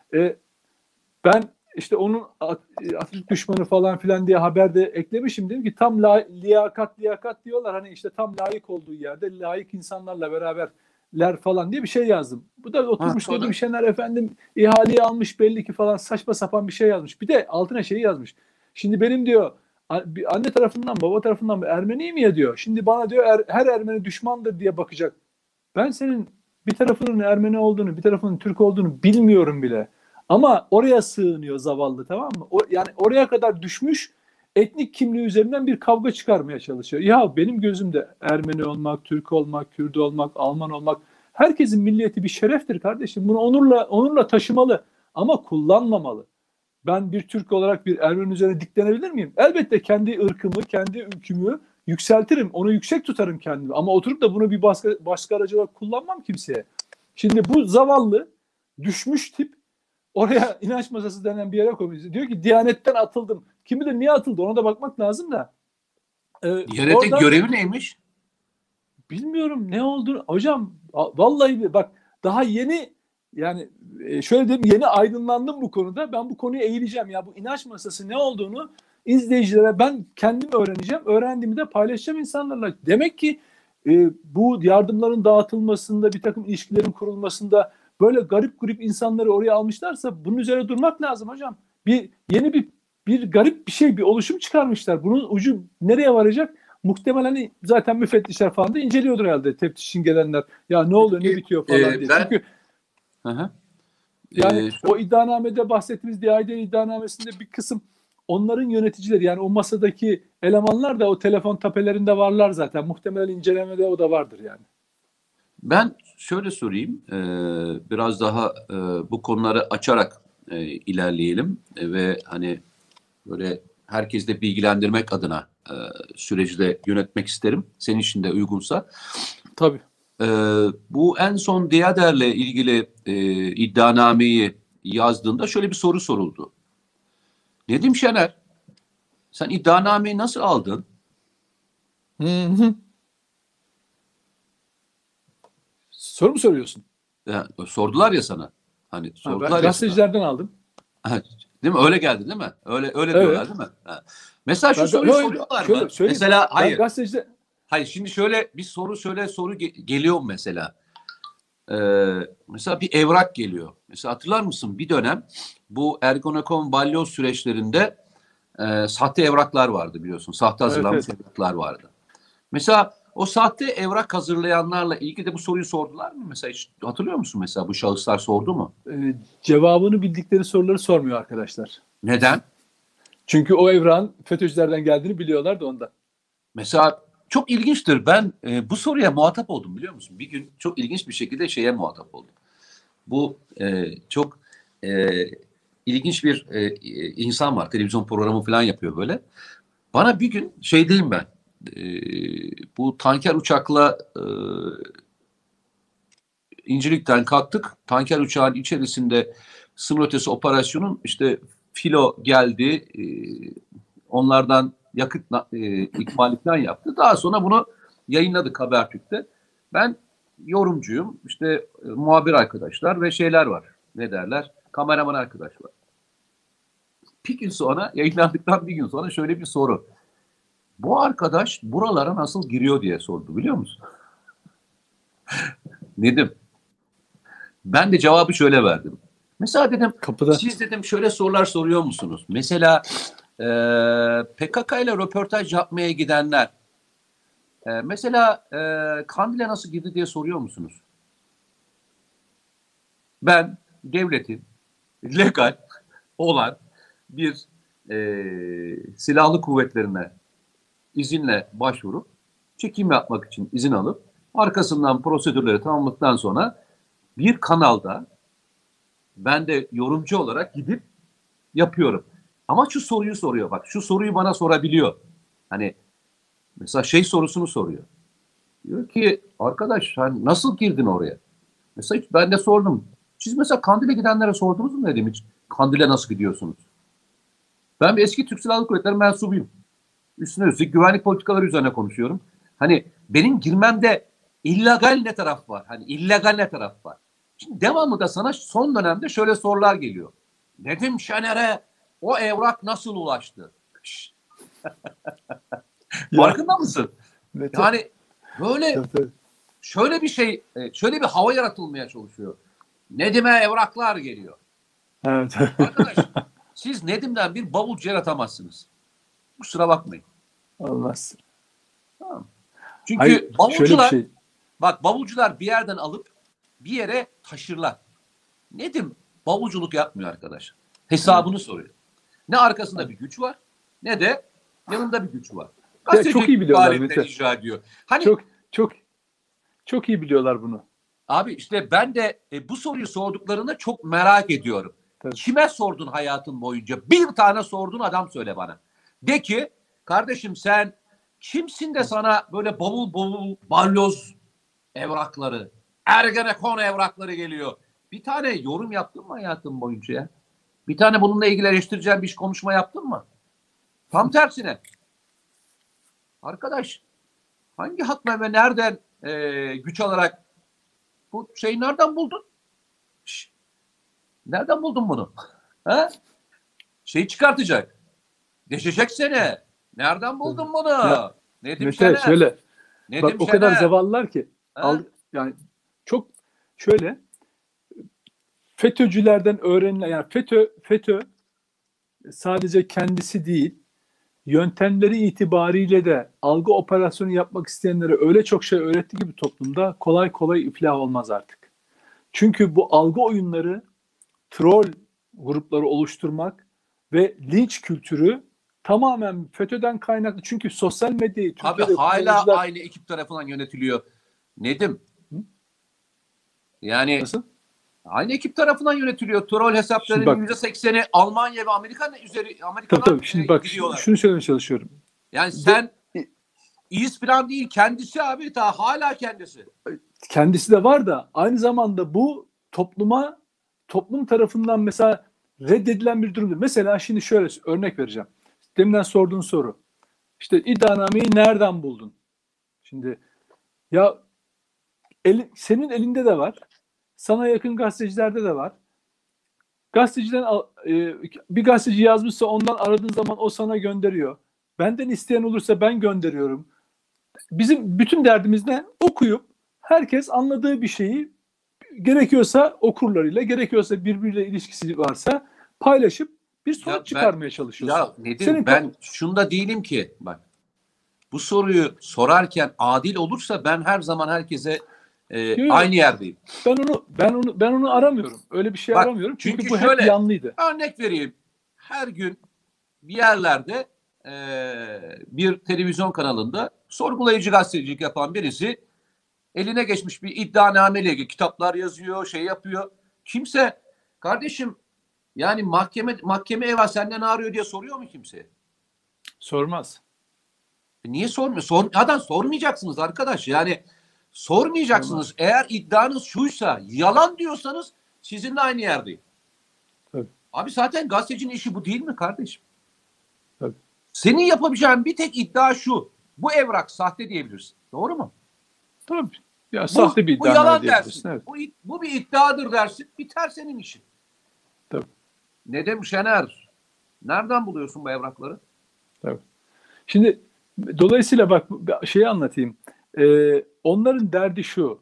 Ben işte onun Atatürk düşmanı falan filan diye haberde eklemişim. Dedim ki tam liyakat diyorlar. Hani işte tam layık olduğu yerde layık insanlarla beraberler falan diye bir şey yazdım. Bu da Ha, oturmuş sonra? Nedim Şener efendim ihaleyi almış belli ki falan, saçma sapan bir şey yazmış. Bir de altına şeyi yazmış. Şimdi benim diyor bir anne tarafından baba tarafından Ermeniyim ya diyor. Şimdi bana diyor her Ermeni düşmandır diye bakacak. Ben senin bir tarafının Ermeni olduğunu, bir tarafının Türk olduğunu bilmiyorum bile. Ama oraya sığınıyor zavallı, tamam mı? Yani oraya kadar düşmüş, etnik kimliği üzerinden bir kavga çıkarmaya çalışıyor. Ya benim gözümde Ermeni olmak, Türk olmak, Kürt olmak, Alman olmak, herkesin milliyeti bir şereftir kardeşim. Bunu onurla taşımalı ama kullanmamalı. Ben bir Türk olarak bir Ermeni üzerine diklenebilir miyim? Elbette kendi ırkımı, kendi ülkümü yükseltirim. Onu yüksek tutarım kendimi. Ama oturup da bunu bir başka aracı olarak kullanmam kimseye. Şimdi bu zavallı düşmüş tip oraya inanç masası denen bir yere koymuş. Diyor ki Diyanet'ten atıldım. Kim bilir niye atıldı, ona da bakmak lazım da. Diyanet'in Oradan görevi neymiş? bilmiyorum ne oldu. Hocam vallahi bak daha yeni, yani şöyle diyeyim, yeni aydınlandım bu konuda. Ben bu konuya eğileceğim. Ya bu inanç masası ne olduğunu izleyicilere ben kendim öğreneceğim. Öğrendiğimi de paylaşacağım insanlarla. Demek ki bu yardımların dağıtılmasında, bir takım ilişkilerin kurulmasında böyle garip insanları oraya almışlarsa bunun üzerine durmak lazım hocam. Yeni bir garip bir şey, bir oluşum çıkarmışlar. Bunun ucu nereye varacak? Muhtemelen zaten müfettişler falan da inceliyordur herhalde, teftiş için gelenler. Ya ne oluyor, ne Peki, bitiyor falan diye. ben Çünkü hı hı. yani o Şu, iddianamede bahsettiğimiz DİAİD'in iddianamesinde bir kısım onların yöneticileri, yani o masadaki elemanlar da o telefon tapelerinde varlar zaten. Muhtemelen incelemede o da vardır yani. ben şöyle sorayım. Biraz daha bu konuları açarak ilerleyelim. Ve hani böyle herkesi de bilgilendirmek adına süreci de yönetmek isterim. Senin için de uygunsa. Tabii. Bu en son Diyader'le ilgili iddianameyi yazdığında şöyle bir soru soruldu. Nedim Şener, sen iddianameyi nasıl aldın? Hı hı. Soru mu soruyorsun? Ya, sordular ya sana. Hani Ben sordular ya sana. gazetecilerden aldım. Ha, değil mi? Öyle geldi değil mi? Öyle diyorlar Evet. değil mi? Ha. Mesela şu soruyu soruyorlar Şöyle mı? söyleyeyim. Mesela Ben hayır. gazeteci Hayır, şimdi şöyle bir soru geliyor mesela. Mesela bir evrak geliyor. Mesela hatırlar mısın bir dönem bu Ergonokon balyoz süreçlerinde sahte evraklar vardı biliyorsun. Sahte evet, hazırlanmış evet. evraklar vardı. Mesela o sahte evrak hazırlayanlarla ilgili de bu soruyu sordular mı? Mesela hiç hatırlıyor musun, mesela bu şahıslar sordu mu? Cevabını bildikleri soruları sormuyor arkadaşlar. Neden? Çünkü o evran FETÖ'cülerden geldiğini biliyorlar da ondan. Mesela çok ilginçtir. Ben bu soruya muhatap oldum biliyor musun? Bir gün çok ilginç bir şekilde şeye muhatap oldum. Bu çok e, ilginç bir insan var. Televizyon programı falan yapıyor böyle. Bana bir gün şeydeyim ben. E, Bu tanker uçakla İncirlik'ten kalktık. Tanker uçağın içerisinde sınır ötesi operasyonun işte filo geldi. Onlardan yakıt ikmali falan yaptı. Daha sonra bunu yayınladık Habertürk'te. Ben yorumcuyum. İşte muhabir arkadaşlar ve şeyler var. Ne derler? Kameraman arkadaş var. Bir gün sonra, yayınlandıktan bir gün sonra şöyle bir soru. Bu arkadaş buralara nasıl giriyor diye sordu, biliyor musun? Nedim. Ben de cevabı şöyle verdim. Mesela dedim, Kapıda. siz dedim şöyle sorular soruyor musunuz? Mesela PKK ile röportaj yapmaya gidenler mesela Kandil'e nasıl girdi diye soruyor musunuz? Ben devletin legal olan bir silahlı kuvvetlerine izinle başvurup çekim yapmak için izin alıp arkasından prosedürleri tamamladıktan sonra bir kanalda ben de yorumcu olarak gidip yapıyorum. Ama şu soruyu soruyor. Bak şu soruyu bana sorabiliyor. Hani mesela şey sorusunu soruyor. Diyor ki arkadaş hani nasıl girdin oraya? Mesela hiç ben de sordum. Siz mesela Kandil'e gidenlere sordunuz mu dedim hiç? Kandil'e nasıl gidiyorsunuz? Ben bir eski Türk Silahlı Kuvvetleri mensubuyum. Üstüne üstlük güvenlik politikaları üzerine konuşuyorum. Hani benim girmemde illegal ne taraf var? Hani illegal ne taraf var? Şimdi devamı da sana son dönemde şöyle sorular geliyor. Nedim Şener'e o evrak nasıl ulaştı? Farkında mısın? Evet, Yani böyle evet. şöyle bir şey, şöyle bir hava yaratılmaya çalışıyor. Nedim'e evraklar geliyor. Evet. Arkadaş siz Nedim'den bir bavulcu yaratamazsınız. Kusura bakmayın. Olmaz. Tamam. Çünkü Hayır, şöyle bir bavulcular, şey. bak bavulcular bir yerden alıp bir yere taşırlar. Nedim bavulculuk yapmıyor arkadaş. Hesabını soruyor. Ne arkasında bir güç var ne de yanında bir güç var. Ya çok iyi biliyorlar Faaliyetler Mete. icra ediyor. Hani Çok çok çok iyi biliyorlar bunu. abi işte ben de bu soruyu sorduklarında çok merak ediyorum. Tabii. Kime sordun hayatın boyunca? Bir tane sordun adam söyle bana. De ki kardeşim sen kimsin de sana böyle bavul bavul balyoz evrakları, Ergenekon evrakları geliyor. Bir tane yorum yaptın mı hayatın boyunca ya? Bir tane bununla ilgili eleştireceğin bir konuşma yaptın mı? Tam tersine. Arkadaş hangi hakla ve nereden güç alarak bu şeyi nereden buldun? Şş, nereden buldun bunu? Ha? Şey çıkartacak. Deşecek seni. Nereden buldun bunu? Ya Nedim Mete Şener. şöyle bak Nedim o kadar Şener. zavallılar ki Ha? yani çok şöyle FETÖ'cülerden öğrenilen yani FETÖ sadece kendisi değil yöntemleri itibariyle de algı operasyonu yapmak isteyenlere öyle çok şey öğretti ki bu toplumda kolay kolay iflah olmaz artık. Çünkü bu algı oyunları troll grupları oluşturmak ve linç kültürü tamamen FETÖ'den kaynaklı. Çünkü sosyal medyayı Abi Türkiye'de hala kullanıcılar... aynı ekip tarafından yönetiliyor. Nedim. Hı? Yani Nasıl? aynı ekip tarafından yönetiliyor. Troll Şimdi hesaplarının bak, %80'i Almanya ve Amerikan'a tabii. Şimdi bak, gidiyorlar. şunu söylemeye çalışıyorum. Yani De, sen İyiz falan değil. Kendisi abi ta hala kendisi. kendisi de var da aynı zamanda bu toplum tarafından mesela reddedilen bir durumdur. Mesela şimdi şöyle örnek vereceğim. Deminden sorduğun soru. İşte iddianameyi nereden buldun? Şimdi ya senin elinde de var. Sana yakın gazetecilerde de var. Gazeteciden bir gazeteci yazmışsa ondan aradığın zaman o sana gönderiyor. Benden isteyen olursa ben gönderiyorum. Bizim bütün derdimiz ne? Okuyup herkes anladığı bir şeyi gerekiyorsa okurlarıyla, gerekiyorsa birbiriyle ilişkisi varsa paylaşıp bir sonuç çıkarmaya çalışıyorsun. Ya Nedim ben şunda değilim ki bak. Bu soruyu sorarken adil olursa ben her zaman herkese aynı yerdeyim. Ben onu aramıyorum. Öyle bir şey Bak, aramıyorum. Çünkü bu şöyle, hep yanlıydı. örnek vereyim. Her gün bir yerlerde bir televizyon kanalında sorgulayıcı gazetecilik yapan birisi eline geçmiş bir iddianameyle ilgili kitaplar yazıyor, şey yapıyor. Kimse kardeşim yani mahkeme eyvah senden ne arıyor diye soruyor mu kimse? Sormaz. Niye sormuyor? Sormayacaksınız arkadaş. Yani sormayacaksınız. Sormaz. Eğer iddianız şuysa, yalan diyorsanız sizinle aynı yerdeyim. Tabii. Abi zaten gazetecinin işi bu değil mi kardeşim? Tabii. Senin yapabileceğin bir tek iddia şu. Bu evrak sahte diyebilirsin. Doğru mu? Tabii. Ya sahte bir Bu iddia yalan diyebilirsin. dersin. Evet. Bu bir iddiadır dersin. Biter senin işin. Tabii. Nedim Şener. Nereden buluyorsun bu evrakları? Tabii. Şimdi dolayısıyla bak şeyi anlatayım. Onların derdi şu.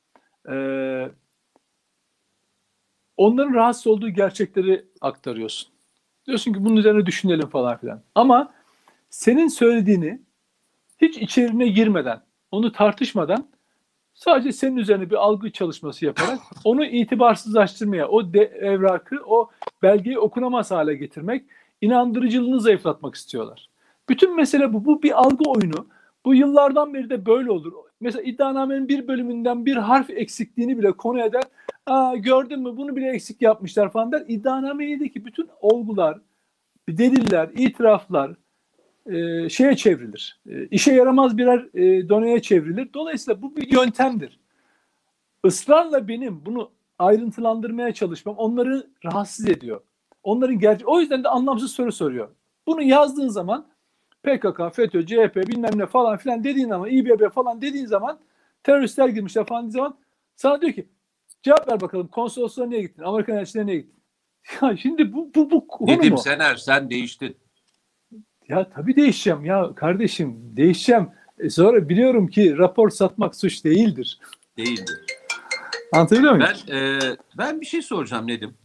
Onların rahatsız olduğu gerçekleri aktarıyorsun. Diyorsun ki bunun üzerine düşünelim falan filan. Ama senin söylediğini hiç içeriğine girmeden, onu tartışmadan sadece senin üzerine bir algı çalışması yaparak onu itibarsızlaştırmaya, evrakı, o belgeyi okunamaz hale getirmek, inandırıcılığını zayıflatmak istiyorlar. Bütün mesele bu. Bu bir algı oyunu. Bu yıllardan beri de böyle olur. Mesela iddianamenin bir bölümünden bir harf eksikliğini bile konu eder. Aa, gördün mü bunu bile eksik yapmışlar falan der. İddianamedeki bütün olgular, deliller, itiraflar şeye çevrilir. İşe yaramaz birer doneye çevrilir. Dolayısıyla bu bir yöntemdir. Israrla benim bunu ayrıntılandırmaya çalışmam onları rahatsız ediyor. O yüzden de anlamsız soru soruyor. Bunu yazdığın zaman PKK, FETÖ, CHP bilmem ne falan filan dediğin zaman, İBB falan dediğin zaman, teröristler girmişler falan dediğin zaman sana diyor ki cevap ver bakalım, konsolosluğa niye gittin? Amerikan elçiliğine niye gittin? Ya şimdi bu konu Nedim mu? Şener, sen değiştin. Ya tabii değişeceğim ya kardeşim, değişeceğim. Sonra biliyorum ki rapor satmak suç değildir. Değildir. Anlatabiliyor muyum? Ben bir şey soracağım Nedim.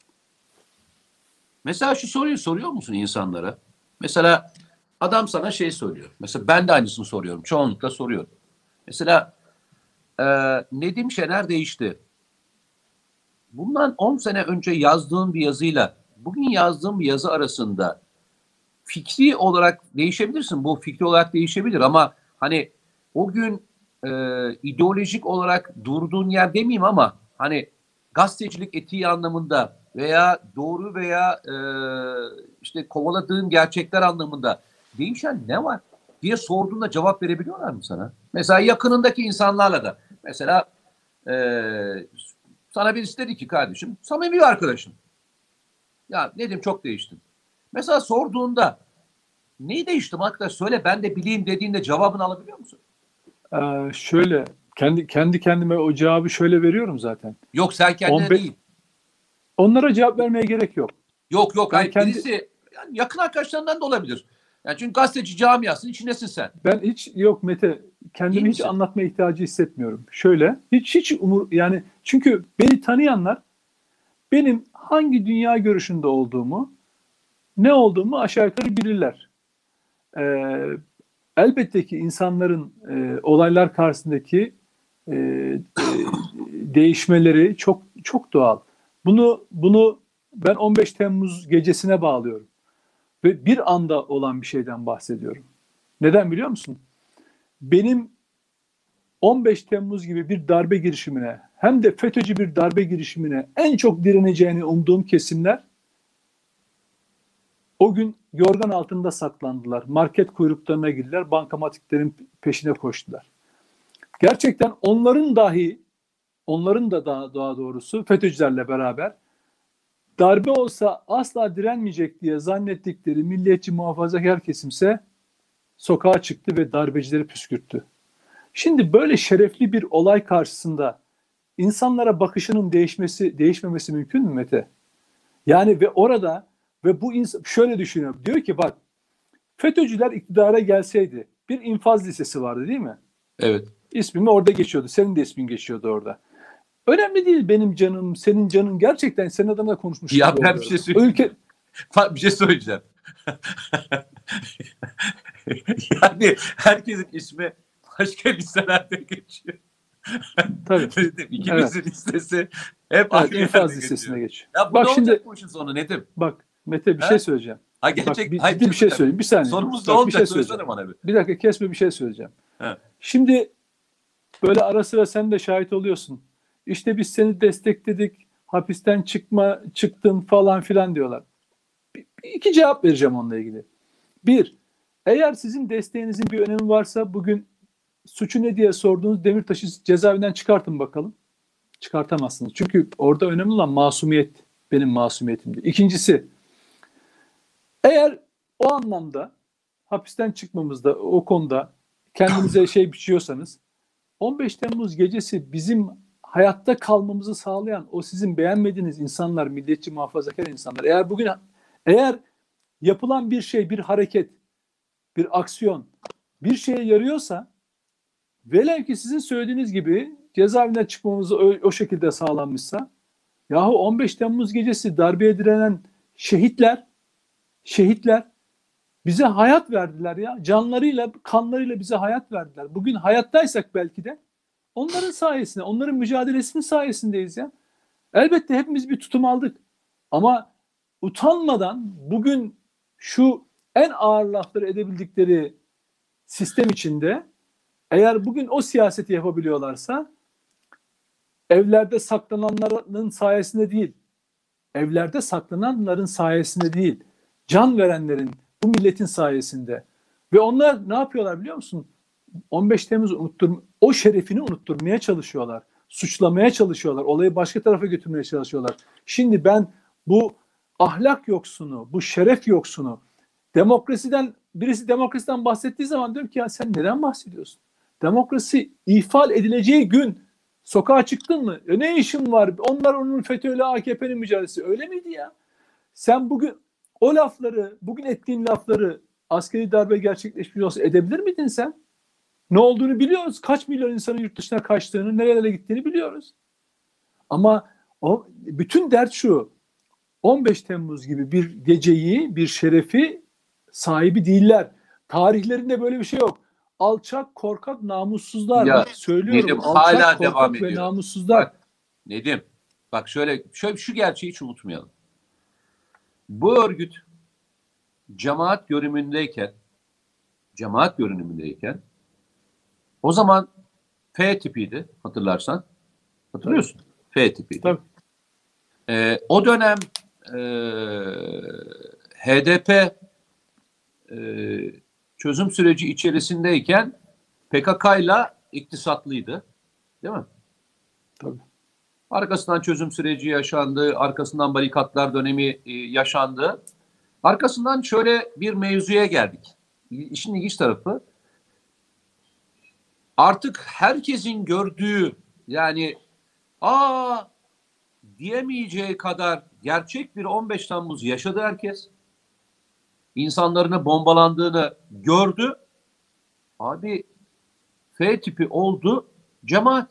Mesela şu soruyu soruyor musun insanlara? Mesela adam sana şey söylüyor. Mesela ben de aynısını soruyorum. Çoğunlukla soruyorum. Mesela Nedim Şener değişti. Bundan 10 sene önce yazdığın bir yazıyla bugün yazdığın bir yazı arasında fikri olarak değişebilirsin. Bu fikri olarak değişebilir ama hani o gün ideolojik olarak durduğun yer demeyeyim ama hani gazetecilik etiği anlamında veya doğru veya işte kovaladığın gerçekler anlamında değişen ne var diye sorduğunda cevap verebiliyorlar mı sana? Mesela yakınındaki insanlarla da mesela e, sana birisi dedi ki kardeşim samimi bir arkadaşım. Ya Nedim çok değiştin. Mesela sorduğunda neyi değiştim arkadaş söyle ben de bileyim dediğinde cevabını alabiliyor musun? Şöyle kendi kendime o cevabı şöyle veriyorum zaten. Yok sen kendine 15 değil. Onlara cevap vermeye gerek yok. Yok Ben hayır kendi birisi yani yakın arkadaşlarından da olabilir. Yani çünkü gazeteci camiasının içindesin sen. ben hiç yok Mete, Değil kendimi hiç misin? anlatma ihtiyacı hissetmiyorum. Şöyle hiç yani çünkü beni tanıyanlar benim hangi dünya görüşünde olduğumu, ne olduğumu aşağı yukarı bilirler. Ee, Elbette ki insanların olaylar karşısındaki e, değişmeleri çok çok doğal. Bunu ben 15 Temmuz gecesine bağlıyorum ve bir anda olan bir şeyden bahsediyorum. Neden biliyor musun? Benim 15 Temmuz gibi bir darbe girişimine, hem de FETÖ'cü bir darbe girişimine en çok direneceğini umduğum kesimler o gün yorgan altında saklandılar. Market kuyruklarına girdiler, bankamatiklerin peşine koştular. Gerçekten onların da daha doğrusu FETÖ'cülerle beraber darbe olsa asla direnmeyecek diye zannettikleri milliyetçi muhafazakar kesimse sokağa çıktı ve darbecileri püskürttü. Şimdi böyle şerefli bir olay karşısında insanlara bakışının değişmemesi mümkün mü Mete? Yani ve orada ve bu insan şöyle düşünüyor. Diyor ki bak, FETÖ'cüler iktidara gelseydi, bir infaz listesi vardı değil mi? Evet. İsmim orada geçiyordu. Senin de ismin geçiyordu orada. Önemli değil benim canım, senin canın. Gerçekten senin adına konuşmuş Ya gibi ben bir oluyorum. şey söyleyeyim. Bir şey söyleyeceğim. Yani herkesin ismi başka listelerde geçiyor. Tabii. İkimizin Evet. listesi hep Evet, aynı infaz yerde listesine geçiyor. geç. Ya bu ne Bak olacak şimdi, bu işin sonu Nedim? bak Mete bir şey Ha? söyleyeceğim. Ha Bak gerçek, hayır ciddi bir şey söyleyeceğim. söyleyeyim. Bir saniye. Sonumuz ne Bak bir şey olacak söyleyeceğim. söylesene bana bir. Bir dakika kesme, bir şey söyleyeceğim. Ha. Şimdi böyle ara sıra sen de şahit oluyorsun. İşte biz seni destekledik, hapisten çıktın falan filan diyorlar. İki cevap vereceğim onunla ilgili. Bir, eğer sizin desteğinizin bir önemi varsa bugün suçu ne diye sorduğunuz Demirtaş'ı cezaevinden çıkartın bakalım. Çıkartamazsınız. Çünkü orada önemli olan masumiyet benim masumiyetimdi. İkincisi, eğer o anlamda hapisten çıkmamızda o konuda kendinize şey biçiyorsanız 15 Temmuz gecesi bizim hayatta kalmamızı sağlayan o sizin beğenmediğiniz insanlar, milliyetçi muhafazakar insanlar, eğer yapılan bir şey, bir hareket, bir aksiyon bir şeye yarıyorsa, velev ki sizin söylediğiniz gibi cezaevinden çıkmamızı o şekilde sağlanmışsa, yahu 15 Temmuz gecesi darbeye direnen şehitler bize hayat verdiler ya. Canlarıyla, kanlarıyla bize hayat verdiler. Bugün hayattaysak belki de onların sayesinde, onların mücadelesinin sayesindeyiz ya. Elbette hepimiz bir tutum aldık. Ama utanmadan bugün şu en ağır lafları edebildikleri sistem içinde, eğer bugün o siyaseti yapabiliyorlarsa, evlerde saklananların sayesinde değil, can verenlerin, bu milletin sayesinde. Ve onlar ne yapıyorlar biliyor musun? 15 Temmuz o şerefini unutturmaya çalışıyorlar. Suçlamaya çalışıyorlar. Olayı başka tarafa götürmeye çalışıyorlar. Şimdi ben bu ahlak yoksunu, bu şeref yoksunu, birisi demokrasiden bahsettiği zaman diyorum ki ya sen neden bahsediyorsun? Demokrasi ifade edileceği gün sokağa çıktın mı? Ne işin var? Onlar onun FETÖ'yle AKP'nin mücadelesi. Öyle miydi ya? Sen bugün bugün ettiğin lafları askeri darbe gerçekleşmiş olsa edebilir miydin sen? Ne olduğunu biliyoruz. Kaç milyon insanın yurt dışına kaçtığını, nerelere gittiğini biliyoruz. Ama bütün dert şu. 15 Temmuz gibi bir geceyi, bir şerefi sahibi değiller. Tarihlerinde böyle bir şey yok. Alçak, korkak, namussuzlar. Ya Bak söylüyorum. Nedim Alçak, hala devam korkak ve ediyor. namussuzlar. Bak Nedim, bak şöyle şu gerçeği hiç unutmayalım. Bu örgüt cemaat görünümündeyken o zaman F tipiydi hatırlarsan. Hatırlıyorsun. F tipiydi. Tabii. O dönem HDP çözüm süreci içerisindeyken PKK'yla iktisatlıydı. Değil mi? Tabii. Arkasından çözüm süreci yaşandı. Arkasından barikatlar dönemi yaşandı. Arkasından şöyle bir mevzuya geldik. İşin ilginç tarafı, artık herkesin gördüğü, yani diyemeyeceği kadar gerçek bir 15 Temmuz yaşadı herkes. İnsanlarını bombalandığını gördü. Abi F tipi oldu cemaat.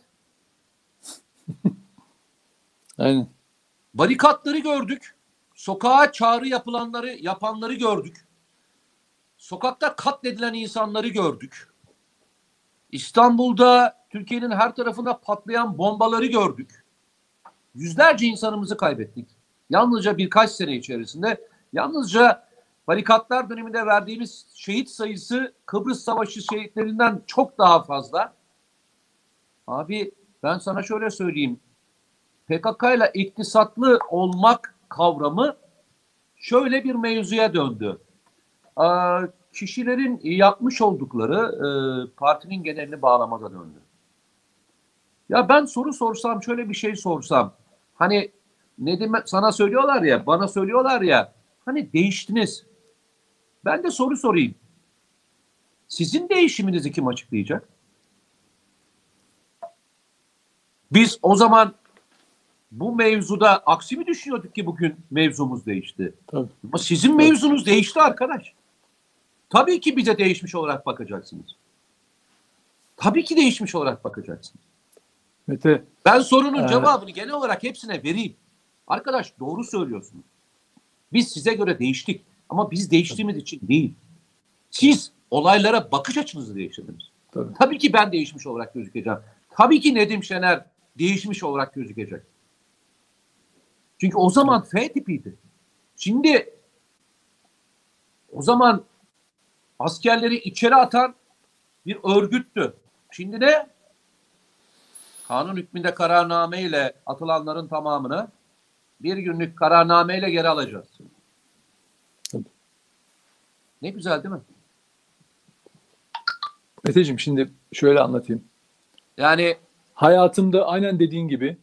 Aynen. Barikatları gördük. Sokağa çağrı yapanları gördük. Sokakta katledilen insanları gördük. İstanbul'da, Türkiye'nin her tarafında patlayan bombaları gördük. Yüzlerce insanımızı kaybettik. Yalnızca birkaç sene içerisinde, yalnızca barikatlar döneminde verdiğimiz şehit sayısı Kıbrıs Savaşı şehitlerinden çok daha fazla. Abi ben sana şöyle söyleyeyim. PKK ile iktisatlı olmak kavramı şöyle bir mevzuya döndü. Kişilerin yapmış oldukları partinin genelini bağlamada döndü. Ya ben soru sorsam, şöyle bir şey sorsam, hani Nedim sana söylüyorlar ya, bana söylüyorlar ya, hani değiştiniz. Ben de soru sorayım. Sizin değişiminizi kim açıklayacak? Biz o zaman bu mevzuda aksi mi düşünüyorduk ki bugün mevzumuz değişti? Tabii. Ama sizin mevzunuz değişti arkadaş. Tabii ki bize değişmiş olarak bakacaksınız. Tabii ki değişmiş olarak bakacaksınız. Mete, Ben sorunun cevabını genel olarak hepsine vereyim. Arkadaş doğru söylüyorsunuz. Biz size göre değiştik. Ama biz değiştiğimiz için değil. Siz olaylara bakış açınızı değiştirdiniz. Tabii ki ben değişmiş olarak gözükeceğim. Tabii ki Nedim Şener değişmiş olarak gözükecek. Çünkü o zaman F tipiydi. Şimdi o zaman askerleri içeri atan bir örgüttü. Şimdi ne? Kanun hükmünde kararnameyle atılanların tamamını bir günlük kararnameyle geri alacağız. Tabii. Ne güzel değil mi? Meteciğim şimdi şöyle anlatayım. Yani Hayatımda aynen dediğin gibi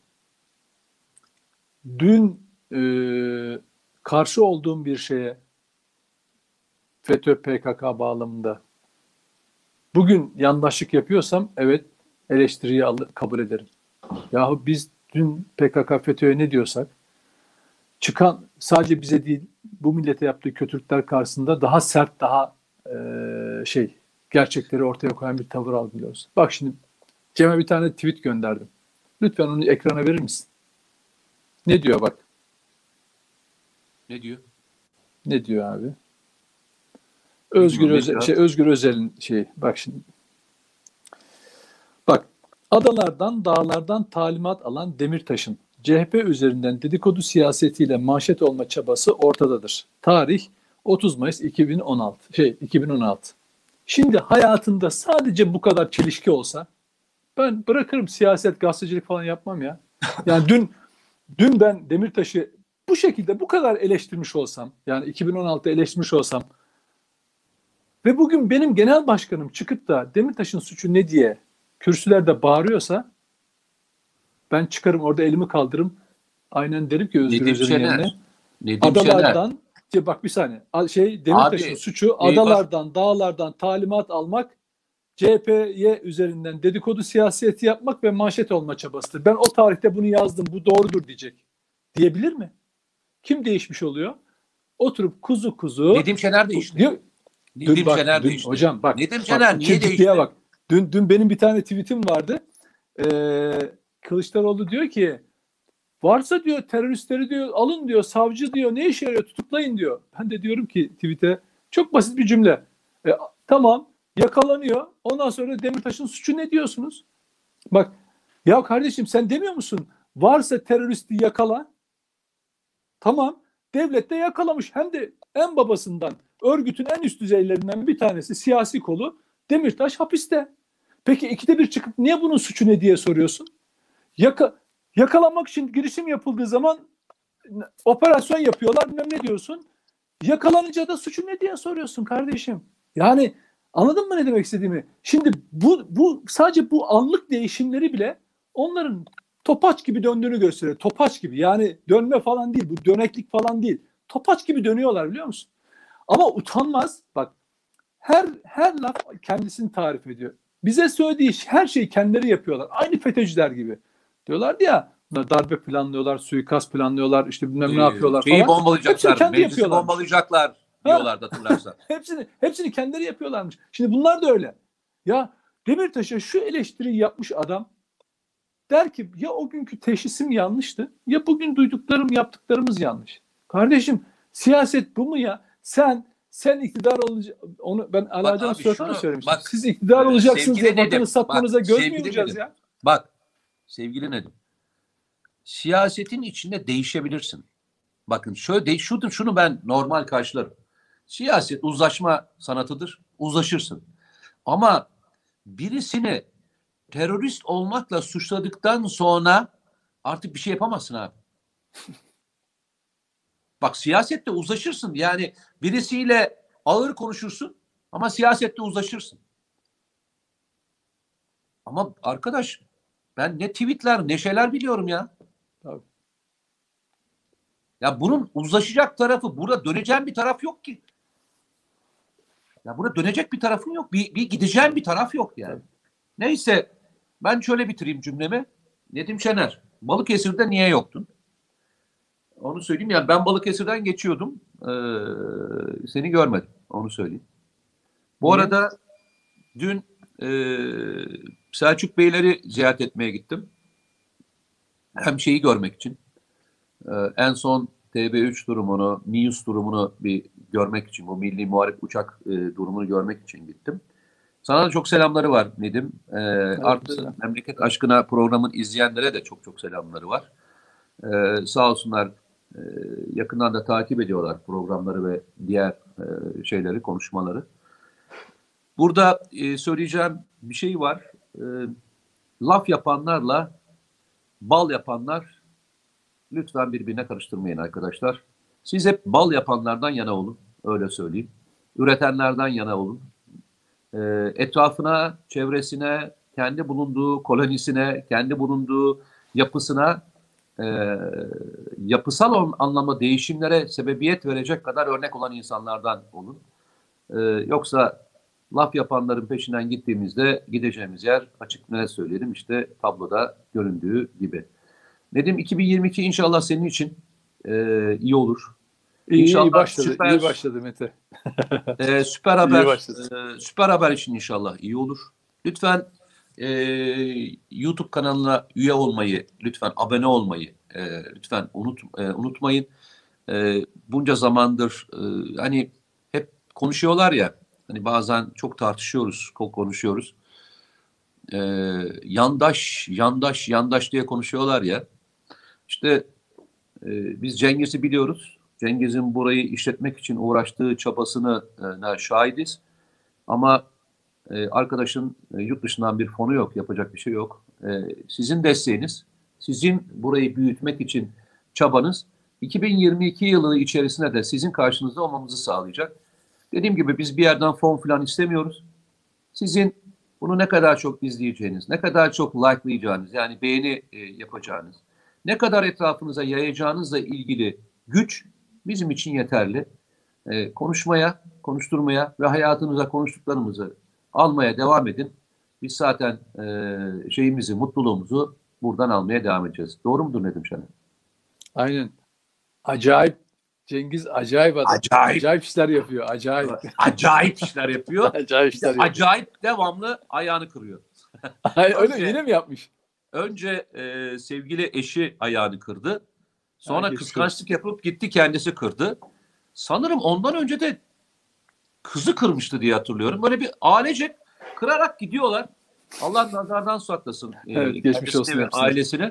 dün karşı olduğum bir şeye, FETÖ PKK bağlamında bugün yandaşlık yapıyorsam evet eleştiriyi kabul ederim. Yahu biz dün PKK FETÖ'ye ne diyorsak çıkan sadece bize değil bu millete yaptığı kötülükler karşısında daha sert, daha gerçekleri ortaya koyan bir tavır algılıyoruz. Bak şimdi Cem'e bir tane tweet gönderdim. Lütfen onu ekrana verir misin? Ne diyor bak. Ne diyor? Ne diyor abi? Özgür Özel'in bak şimdi. Bak, adalardan, dağlardan talimat alan Demirtaş'ın CHP üzerinden dedikodu siyasetiyle manşet olma çabası ortadadır. Tarih 30 Mayıs 2016. Şimdi hayatında sadece bu kadar çelişki olsa ben bırakırım, siyaset, gazetecilik falan yapmam ya. Yani dün ben Demirtaş'ı bu şekilde bu kadar eleştirmiş olsam, yani 2016'da eleştirmiş olsam ve bugün benim genel başkanım çıkıp da Demirtaş'ın suçu ne diye kürsülerde bağırıyorsa ben çıkarım orada elimi kaldırırım. Aynen derim ki Özgür Özel'in yerine. Adalardan, bak bir saniye. Demirtaş'ın suçu adalardan, dağlardan talimat almak, CHP'ye üzerinden dedikodu siyaseti yapmak ve manşet olma çabasıdır. Ben o tarihte bunu yazdım, bu doğrudur diyecek. Diyebilir mi? Kim değişmiş oluyor? Oturup kuzu kuzu. Nedim Şener değişti. Nedim Şener değişti. Hocam bak. Nedim Şener niye değişti? Bak. Dün benim bir tane tweetim vardı. Kılıçdaroğlu diyor ki varsa diyor teröristleri diyor alın diyor, savcı diyor ne işe yarıyor, tutuklayın diyor. Ben de diyorum ki tweet'e çok basit bir cümle. Tamam, yakalanıyor. Ondan sonra Demirtaş'ın suçu ne diyorsunuz? Bak ya kardeşim, sen demiyor musun? Varsa teröristi yakala. Tamam. Devlet de yakalamış. Hem de en babasından, örgütün en üst düzeylerinden bir tanesi, siyasi kolu Demirtaş hapiste. Peki ikide bir çıkıp niye bunun suçu ne diye soruyorsun? Yakalanmak için girişim yapıldığı zaman operasyon yapıyorlar, bilmem ne diyorsun. Yakalanınca da suçu ne diye soruyorsun kardeşim. Yani anladın mı ne demek istediğimi? Şimdi bu sadece bu anlık değişimleri bile onların topaç gibi döndüğünü gösteriyor. Topaç gibi, yani dönme falan değil, bu döneklik falan değil. Topaç gibi dönüyorlar, biliyor musun? Ama utanmaz, bak her laf kendisini tarif ediyor. Bize söylediği her şeyi kendileri yapıyorlar. Aynı FETÖ'cüler gibi. Diyorlardı ya, darbe planlıyorlar, suikast planlıyorlar, işte bilmem ne yapıyorlar şeyi falan. bombalayacaklar, meclisi bombalayacaklar diyorlardı, hatırlarsan. hepsini kendileri yapıyorlarmış. Şimdi bunlar da öyle. Ya Demirtaş'a şu eleştiriyi yapmış adam der ki ya o günkü teşhisim yanlıştı ya bugün duyduklarım, yaptıklarımız yanlış. Kardeşim, siyaset bu mu ya? Sen iktidar olacaksın. Onu ben Ali Hocam'ın suratına söylemiştim. Siz iktidar olacaksınız diye vatanı satmanıza göz mü yumacağız ya? Bak sevgili Nedim, siyasetin içinde değişebilirsin. Bakın şunu ben normal karşılarım. Siyaset uzlaşma sanatıdır. Uzlaşırsın. Ama birisini terörist olmakla suçladıktan sonra artık bir şey yapamazsın abi. Bak siyasette uzlaşırsın. Yani birisiyle ağır konuşursun ama siyasette uzlaşırsın. Ama arkadaş ben ne tweetler ne şeyler biliyorum ya. Tabii. Ya bunun uzlaşacak tarafı, burada döneceğin bir taraf yok ki. Ya burada dönecek bir tarafın yok. Bir gideceğin bir taraf yok yani. Tabii. Neyse ben şöyle bitireyim cümlemi. Nedim Şener, Balıkesir'de niye yoktun? Onu söyleyeyim. Yani ben Balıkesir'den geçiyordum. Seni görmedim. Onu söyleyeyim. Bu arada dün Selçuk Beyleri ziyaret etmeye gittim. Hem şeyi görmek için. En son TB3 durumunu, MİUS durumunu bir görmek için, bu Milli Muharip Uçak durumunu görmek için gittim. Sana da çok selamları var Nedim. Artı Memleket Aşkına programın izleyenlere de çok çok selamları var. Sağ olsunlar, yakından da takip ediyorlar programları ve diğer şeyleri, konuşmaları. Burada söyleyeceğim bir şey var. Laf yapanlarla bal yapanlar lütfen birbirine karıştırmayın arkadaşlar. Siz hep bal yapanlardan yana olun, öyle söyleyeyim. Üretenlerden yana olun. Etrafına, çevresine, kendi bulunduğu kolonisine, kendi bulunduğu yapısına yapısal anlamda değişimlere sebebiyet verecek kadar örnek olan insanlardan olun. Yoksa laf yapanların peşinden gittiğimizde gideceğimiz yer açık ne söyleyelim işte tabloda göründüğü gibi. Nedim 2022 inşallah senin için iyi olur. İyi İnşallah başladı. İyi başladı Mete. süper İyi haber başladı. süper haber için inşallah iyi olur. Lütfen YouTube kanalına üye olmayı, lütfen abone olmayı lütfen unutmayın. Bunca zamandır hani hep konuşuyorlar ya, hani bazen çok tartışıyoruz, çok konuşuyoruz. Yandaş diye konuşuyorlar ya. İşte biz Cengiz'i biliyoruz. Cengiz'in burayı işletmek için uğraştığı çabasını şahidiz. Ama arkadaşın yurt dışından bir fonu yok, yapacak bir şey yok. Sizin desteğiniz, sizin burayı büyütmek için çabanız 2022 yılı içerisinde de sizin karşınızda olmamızı sağlayacak. Dediğim gibi biz bir yerden fon falan istemiyoruz. Sizin bunu ne kadar çok izleyeceğiniz, ne kadar çok likelayacağınız, yani beğeni yapacağınız, ne kadar etrafınıza yayacağınızla ilgili güç bizim için yeterli. Konuşmaya, konuşturmaya ve hayatınıza konuştuklarımızı almaya devam edin. Biz zaten şeyimizi, mutluluğumuzu buradan almaya devam edeceğiz. Doğru mudur Nedim Şener? Aynen. Acayip. Cengiz acayip adam. Acayip. Acayip işler yapıyor. Acayip. Acayip işler yapıyor. Acayip işler yapıyor. Acayip devamlı ayağını kırıyor. Öyle mi? Yine mi yapmış? Önce sevgili eşi ayağını kırdı. Sonra geçmiş kıskançlık yapıp gitti kendisi kırdı. Sanırım ondan önce de kızı kırmıştı diye hatırlıyorum. Böyle bir ailecek kırarak gidiyorlar. Allah nazardan saklasın Evet, geçmiş kendisini olsun ve hepsine. ailesine.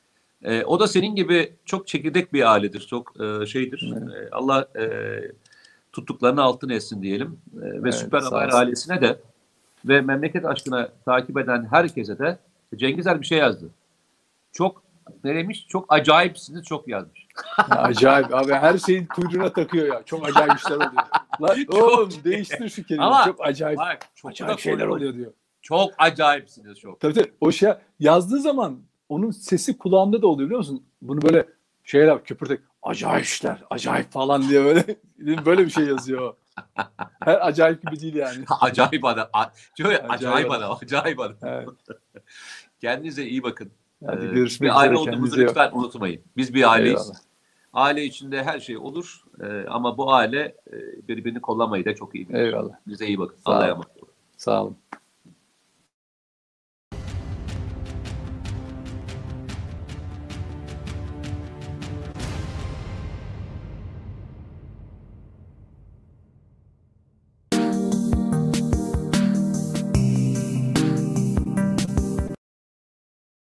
O da senin gibi çok çekirdek bir ailedir. Çok şeydir. Evet. Allah tuttuklarını altın etsin diyelim. Ve Evet, Süper sağ Haber olsun. ailesine de ve memleket aşkına takip eden herkese de Cengizer bir şey yazdı. Çok ne demiş? Çok acayipsiniz, çok yazmış. Acayip abi, her şeyin kuyruğuna takıyor ya. Çok acayip işler oluyor. Lan oğlum değiştir şu kelimeyi. Ama Çok acayip. bak, çok Acayip da şeyler koydu. oluyor diyor. Çok acayipsiniz çok. Tabii o şey yazdığı zaman onun sesi kulağımda da oluyor biliyor musun? Bunu böyle şeyler köpürtek acayip işler, acayip falan diye böyle bir şey yazıyor o. Her acayip gibi değil yani. Acayip adam. Şöyle acayip adam. adam. Acayip adam. Evet. Kendinize iyi bakın. Hadi Biz görüşmek bir aile üzere, olduğumuzu kendinize iyi lütfen unutmayın. Biz bir aileyiz. Eyvallah. Aile içinde her şey olur. Ama bu aile birbirini kollamayı da çok iyi bilir. Eyvallah. Bize iyi bakın. Sağ Allah'a olun. emanet olun. Sağ olun.